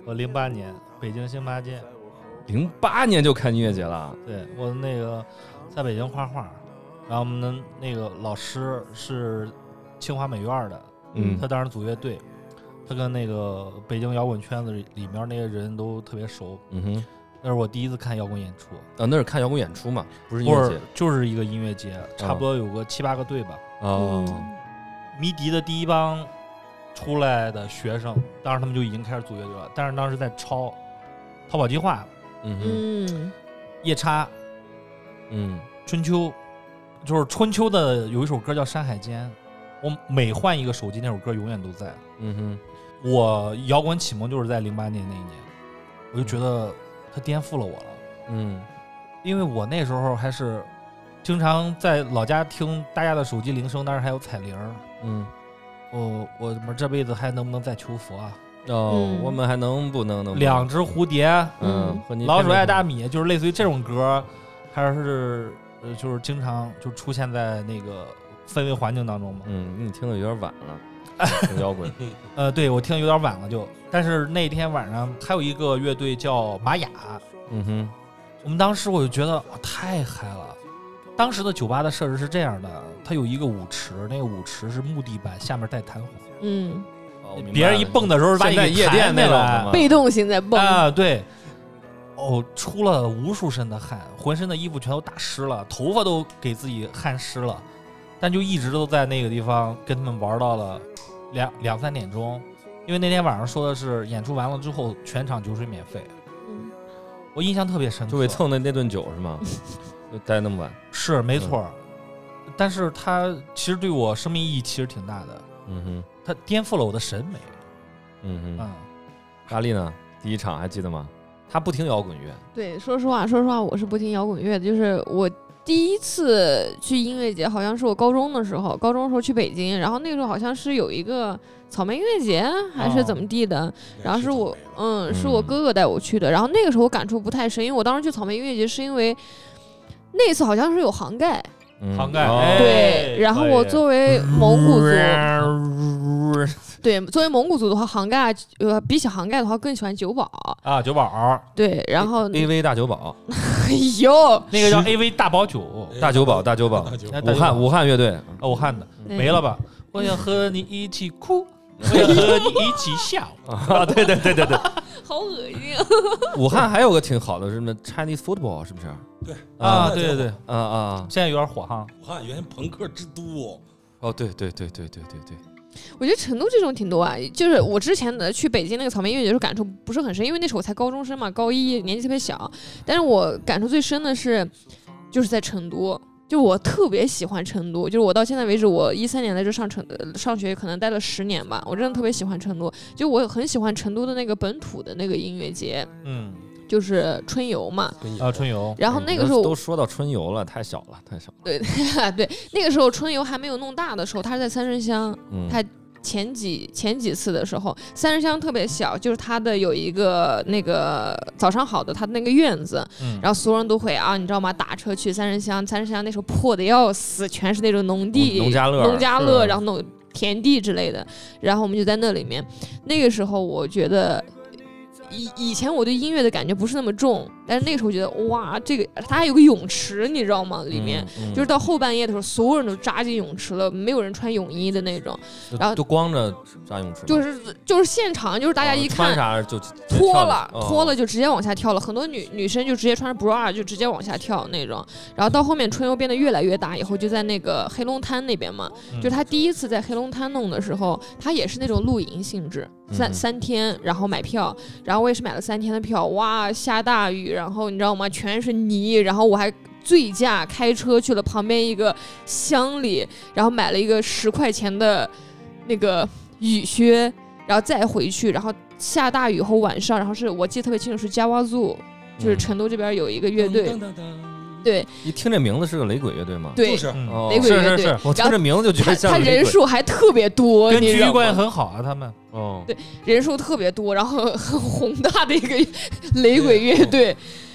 我零八年北京新八街， 零八年就看音乐节了。 对我那个在北京画画，然后我们的那个老师是清华美院的， 嗯他当时组乐队，他跟那个北京摇滚圈子里面那个人都特别熟。 嗯哼， 那是我第一次看摇滚演出。 啊，那是看摇滚演出嘛，不是音不是乐节， 就是一个音乐节，差不多有个七八个队吧。 哦， 迷笛的第一帮出来的学生，当时他们就已经开始组乐队了，但是当时在抄逃跑计划、 嗯哼， 嗯， 夜叉、 嗯春秋，就是春秋的有一首歌叫《山海间》，我每换一个手机，那首歌永远都在。 嗯哼， 我摇滚启蒙就是在零八年那一年，我就觉得它颠覆了我了， 嗯因为我那时候还是经常在老家听大家的手机铃声，当时还有彩铃。 嗯， 我我们这辈子还能不能再求佛啊？ 哦， 嗯我们还能不能能两只蝴蝶， 嗯，和你老鼠爱大米，就是类似于这种歌，还是呃，就是经常就出现在那个氛围环境当中嘛。 嗯，你听的有点晚了，听摇滚。 呃，对我听的有点晚了就，但是那天晚上还有一个乐队叫玛雅， 嗯哼， 我们当时我就觉得、哦、太嗨了。当时的酒吧的设置是这样的，它有一个舞池，那个舞池是木地板，下面带弹簧， 嗯， 哦明白别人一蹦的时候把你现在夜店那种来的吗被动型在蹦， 啊，对。哦，出了无数身的汗，浑身的衣服全都打湿了，头发都给自己汗湿了，但就一直都在那个地方跟他们玩到了两两三点钟，因为那天晚上说的是演出完了之后全场酒水免费， 嗯我印象特别深刻。 就为蹭那那顿酒是吗？就待那么晚。 是没错、嗯，但是它其实对我生命意义其实挺大的， 嗯哼， 它颠覆了我的审美。 嗯哼， 嗯， 大力呢？第一场还记得吗？他不听摇滚乐。 对，说实话，说实话，我是不听摇滚乐的。就是我第一次去音乐节，好像是我高中的时候，高中的时候去北京，然后那个时候好像是有一个草莓音乐节还是怎么地的，然后是我，嗯，是我哥哥带我去的。然后那个时候我感触不太深，因为我当时去草莓音乐节是因为那次好像是有杭盖， 嗯杭盖、 哦哎、 对，然后我作为蒙古族。 为对，作为蒙古族的话，杭盖呃，比起杭盖的话，更喜欢酒保啊，酒保， 对，然后 A V 大酒保， 哎呦， 那个叫 A V 大宝酒， 大酒保，大酒保， 哎武汉武汉乐队， 啊，武汉的对没了吧？我要和你一起哭，我要和你一起笑啊！对对对对对， 好恶心啊！ 武汉还有个挺好的，是什么 Chinese football 是不是？ 对啊，对对对， 啊啊！ 现在有点火哈。 武汉原先朋克之都。 哦，对对对对对对对。 我觉得成都这种挺多啊，就是我之前的去北京那个草莓音乐节的时候感触不是很深，因为那时候我才高中生嘛，高一年纪特别小。但是我感触最深的是，就是在成都，就我特别喜欢成都，就是我到现在为止，我一三年在这上成上学，可能待了十年吧，我真的特别喜欢成都，就我很喜欢成都的那个本土的那个音乐节， 嗯， 就是春游嘛， 啊，春游。 然后那个时候都说到春游了，太小了，太小了。 对对，那个时候春游还没有弄大的时候，它是在三圣乡， 嗯， 它前几前几次的时候，三圣乡特别小，就是它的有一个那个早上好的它的那个院子， 嗯、 然后所有人都会啊，你知道吗？打车去三圣乡，三圣乡那时候破的要死，全是那种农地、 农家乐、 农家乐，然后农田地之类的，然后我们就在那里面。那个时候我觉得。以以前我对音乐的感觉不是那么重，但是那个时候觉得哇，这个它还有个泳池，你知道吗？里面、 嗯嗯、 就是到后半夜的时候，所有人都扎进泳池了，没有人穿泳衣的那种，然后都光着扎泳池， 就是就是现场就是大家一看、 哦、穿啥就脱了、 哦、 脱了就直接往下跳了，很多女女生就直接穿着 bra 就直接往下跳那种。然后到后面春游变得越来越大以后，就在那个黑龙滩那边嘛， 嗯、 就是他第一次在黑龙滩弄的时候，他也是那种露营性质。三三天，然后买票，然后我也是买了三天的票，哇，下大雨，然后你知道吗？全是泥，然后我还醉驾开车去了旁边一个乡里，然后买了一个十块钱的那个雨靴，然后再回去，然后下大雨后晚上，然后是我记得特别清楚是加瓦祖，就是成都这边有一个乐队。嗯对， 一听这名字是个雷鬼乐队吗？ 对， 就是、 哦、 雷鬼乐队。 是是是， 我听这名字就觉得像他人数还特别多， 跟局关系很好啊，他们。 哦， 对，人数特别多，然后很宏大的一个雷鬼乐队。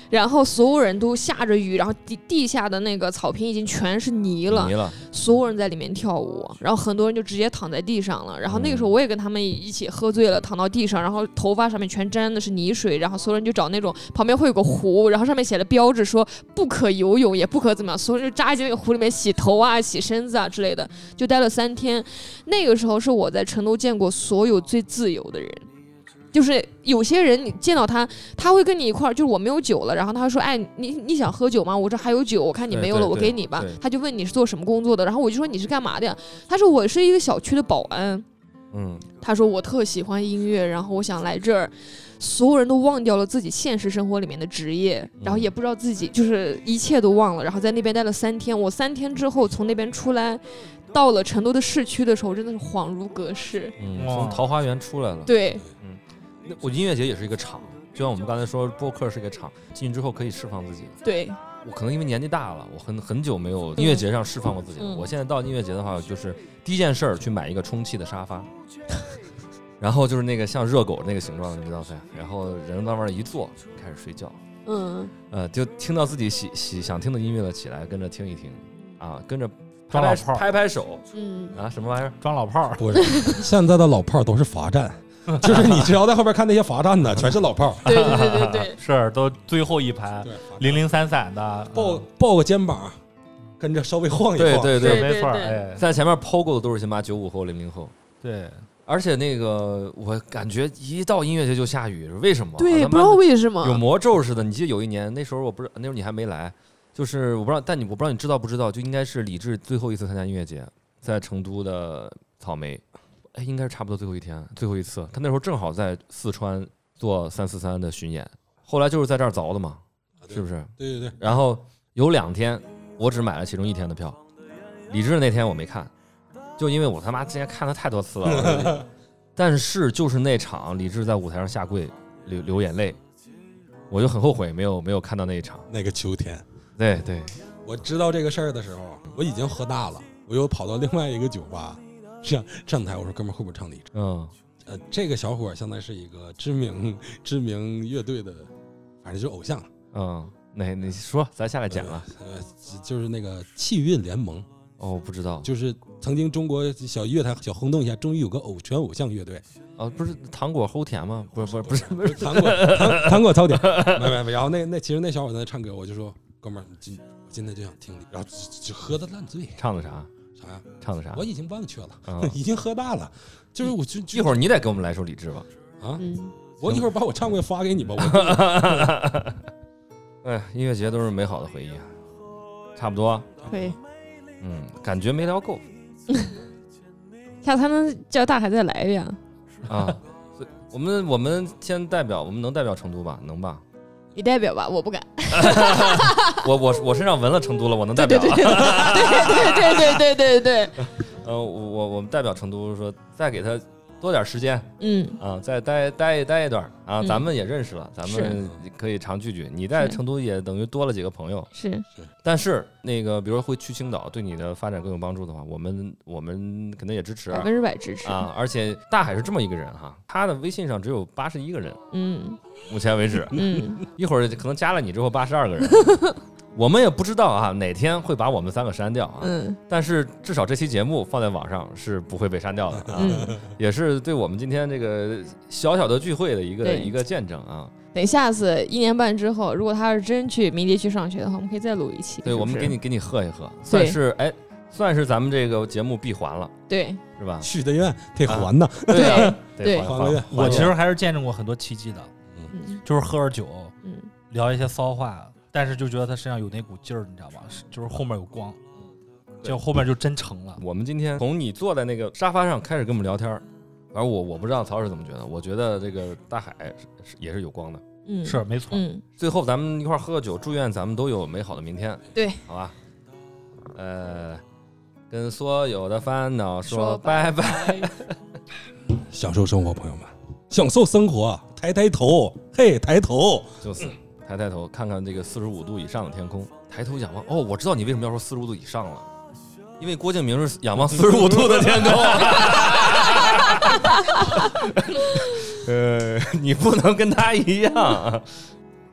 然后所有人都下着雨，然后地地下的那个草坪已经全是泥了， 泥了， 所有人在里面跳舞，然后很多人就直接躺在地上了。然后那个时候我也跟他们一起喝醉了，躺到地上，然后头发上面全沾的是泥水，然后所有人就找那种旁边会有个湖，然后上面写了标志说不可游泳，也不可怎么样，所有人就扎进那个湖里面洗头啊、洗身子啊之类的，就待了三天。那个时候是我在成都见过所有最自由的人。就是有些人你见到他，他会跟你一块儿，就是我没有酒了，然后他说，哎，你你想喝酒吗？我这还有酒，我看你没有了， 对对我给你吧。 对他就问你是做什么工作的，然后我就说你是干嘛的呀？他说我是一个小区的保安。 嗯， 他说我特喜欢音乐，然后我想来这儿。所有人都忘掉了自己现实生活里面的职业，然后也不知道自己就是一切都忘了，然后在那边待了三天。我三天之后从那边出来，到了成都的市区的时候，真的是恍如隔世。 嗯，从桃花源出来了。 对， 嗯，那我音乐节也是一个场，就像我们刚才说，播客是一个场，进去之后可以释放自己。 对， 我可能因为年纪大了，我很很久没有音乐节上释放过自己了。 嗯、 我现在到音乐节的话，就是第一件事儿去买一个充气的沙发。然后就是那个像热狗那个形状的，你知道噻？然后人到那儿一坐，开始睡觉。 嗯， 呃，就听到自己喜喜想听的音乐了，起来跟着听一听，啊，跟着拍拍拍拍手， 嗯， 啊，什么玩意儿？ 装老炮儿？ 不是，现在的老炮儿都是罚站，就是你只要在后边看那些罚站的，全是老炮儿。 对对对对对， 是都最后一排，零零散散的， 抱抱个肩膀，跟着稍微晃一晃。 对对对， 没错，哎， 在前面抛过的都是他妈九五后、零零后。 对。 而且那个，我感觉一到音乐节就下雨，为什么？ 对，不知道为什么， 有魔咒似的。你记得有一年，那时候我不是，那时候你还没来，就是我不知道，但你我不知道你知道不知道，就应该是李志最后一次参加音乐节，在成都的草莓，哎，应该是差不多最后一天，最后一次。他那时候正好在四川做三四三的巡演，后来就是在这儿凿的嘛，是不是？ 对对对。 然后有两天，我只买了其中一天的票，李志那天我没看。就因为我他妈之前看他太多次了，但是就是那场李志在舞台上下跪流流眼泪，我就很后悔没有没有看到那一场。 那个秋天， 对对， 我知道这个事儿的时候，我已经喝大了，我又跑到另外一个酒吧，上上台我说哥们儿会不会唱李志？ 嗯， 呃，这个小伙现在是一个知名知名乐队的，反正就是偶像。 嗯，那你说咱下来讲了， 呃，就是那个气韵联盟。 哦，不知道， 就是曾经中国小乐坛小轰动一下，终于有个偶全偶像乐队。 哦，不是糖果齁甜吗？不是不是不是不是糖果糖糖果超甜，没没没。然后那那其实那小伙在那唱歌，我就说哥们儿，今我今天就想听你，然后就喝的烂醉。 唱的啥？ 啥呀？ 唱的啥？ 我已经忘却了， 嗯、 已经喝大了。就是我就一会儿你得给我们来首李志吧？ 啊， 嗯、 我一会儿把我唱过发给你吧。我哎，音乐节都是美好的回忆，差不多。 对。 嗯，感觉没聊够， 下次还能叫大海再来呀？ 啊，我们我们先代表，我们能代表成都吧？能吧？ 你代表吧，我不敢。 我我我身上纹了成都了，我能代表、啊。 对对对对对对对对对。 呃，我我我们代表成都说，再给他多点时间， 嗯啊，再待待待一段啊， 嗯、 咱们也认识了，咱们可以常聚聚。你在成都也等于多了几个朋友， 是是。 但是那个，比如说会去青岛，对你的发展更有帮助的话，我们我们肯定也支持， 百分之百支持啊！而且大海是这么一个人哈，他的微信上只有八十一个人， 嗯， 目前为止， 嗯， 一会儿可能加了你之后八十二个人。我们也不知道啊，哪天会把我们三个删掉啊。 嗯， 但是至少这期节目放在网上是不会被删掉的啊， 嗯、 也是对我们今天这个小小的聚会的一个一个见证啊。 等下次一年半之后，如果他要是真去迷笛去上学的话，我们可以再录一期。 对， 是是我们给你给你喝一喝，算是哎，算是咱们这个节目闭环了。 对， 是吧？ 许的愿得还呢。 啊、对啊， 对， 还个愿。 我其实还是见证过很多奇迹的， 嗯， 就是喝着酒， 嗯， 聊一些骚话。但是就觉得他身上有那股劲儿，你知道吧？就是后面有光，结果后面就真成了。 我们今天从你坐在那个沙发上开始跟我们聊天，反正我我不知道曹老师怎么觉得，我觉得这个大海是也是有光的， 嗯， 是没错。 嗯， 最后咱们一块喝个酒，祝愿咱们都有美好的明天。 对， 好吧。呃，跟所有的烦恼说拜拜， 享受生活，朋友们，享受生活，抬抬头，嘿，抬头， 就是。抬抬头，看看这个四十五度以上的天空。抬头仰望，哦，我知道你为什么要说四十五度以上了，因为郭敬明是仰望四十五度的天空。呃，你不能跟他一样。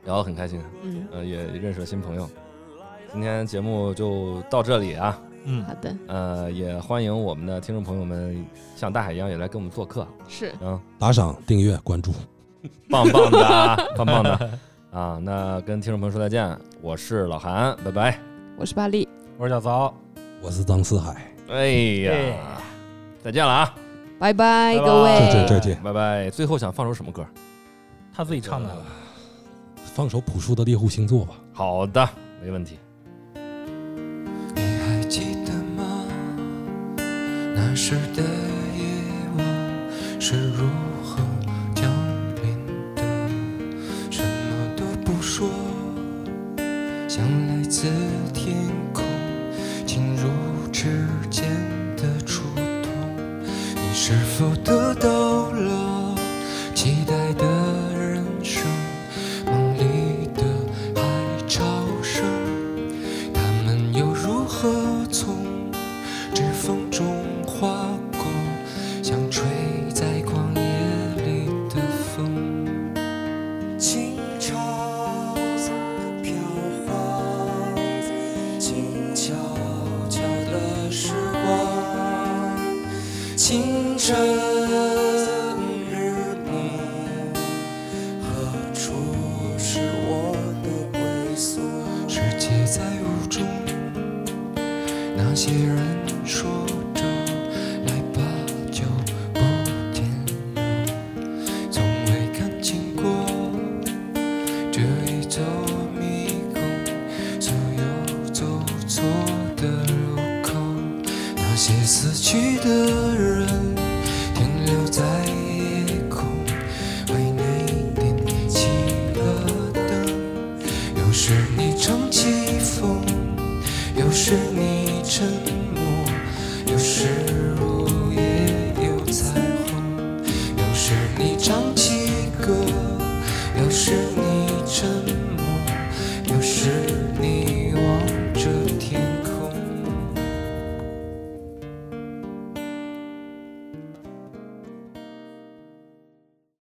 聊得很开心， 嗯， 呃，也认识了新朋友。今天节目就到这里啊， 嗯， 好的， 呃，也欢迎我们的听众朋友们像大海一样也来跟我们做客， 是， 嗯， 打赏、订阅、关注， 棒棒的，棒棒的啊！那跟听众朋友说再见，我是老韩，拜拜。 我是巴力， 我是小曹， 我是张四海， 哎呀， 哎再见了啊！ 拜拜， 拜拜各位， 再见再见。 拜拜。最后想放首什么歌？ 他自己唱的。 放首朴树的《猎户星座》吧。 好的，没问题。 你还记得吗？那时的夜晚是如何降临的？什么都不说，像来自天空侵入指尖的触动。你是否得到了期待的人生？梦里的海潮声，他们又如何从指缝中划过，像吹在旷野里的风。轻潮飘晃，静悄悄的时光，清晨日暮，何处是我的归宿？世界在雾中，那些人说着来吧，就不停留，从未看清过这一座迷宫，所有走错的路口，那些死去的人停留在夜空，为你点起了灯。有时你唱起风，有时你沉默，有时午夜有彩虹。有时你唱起歌，有时你沉默。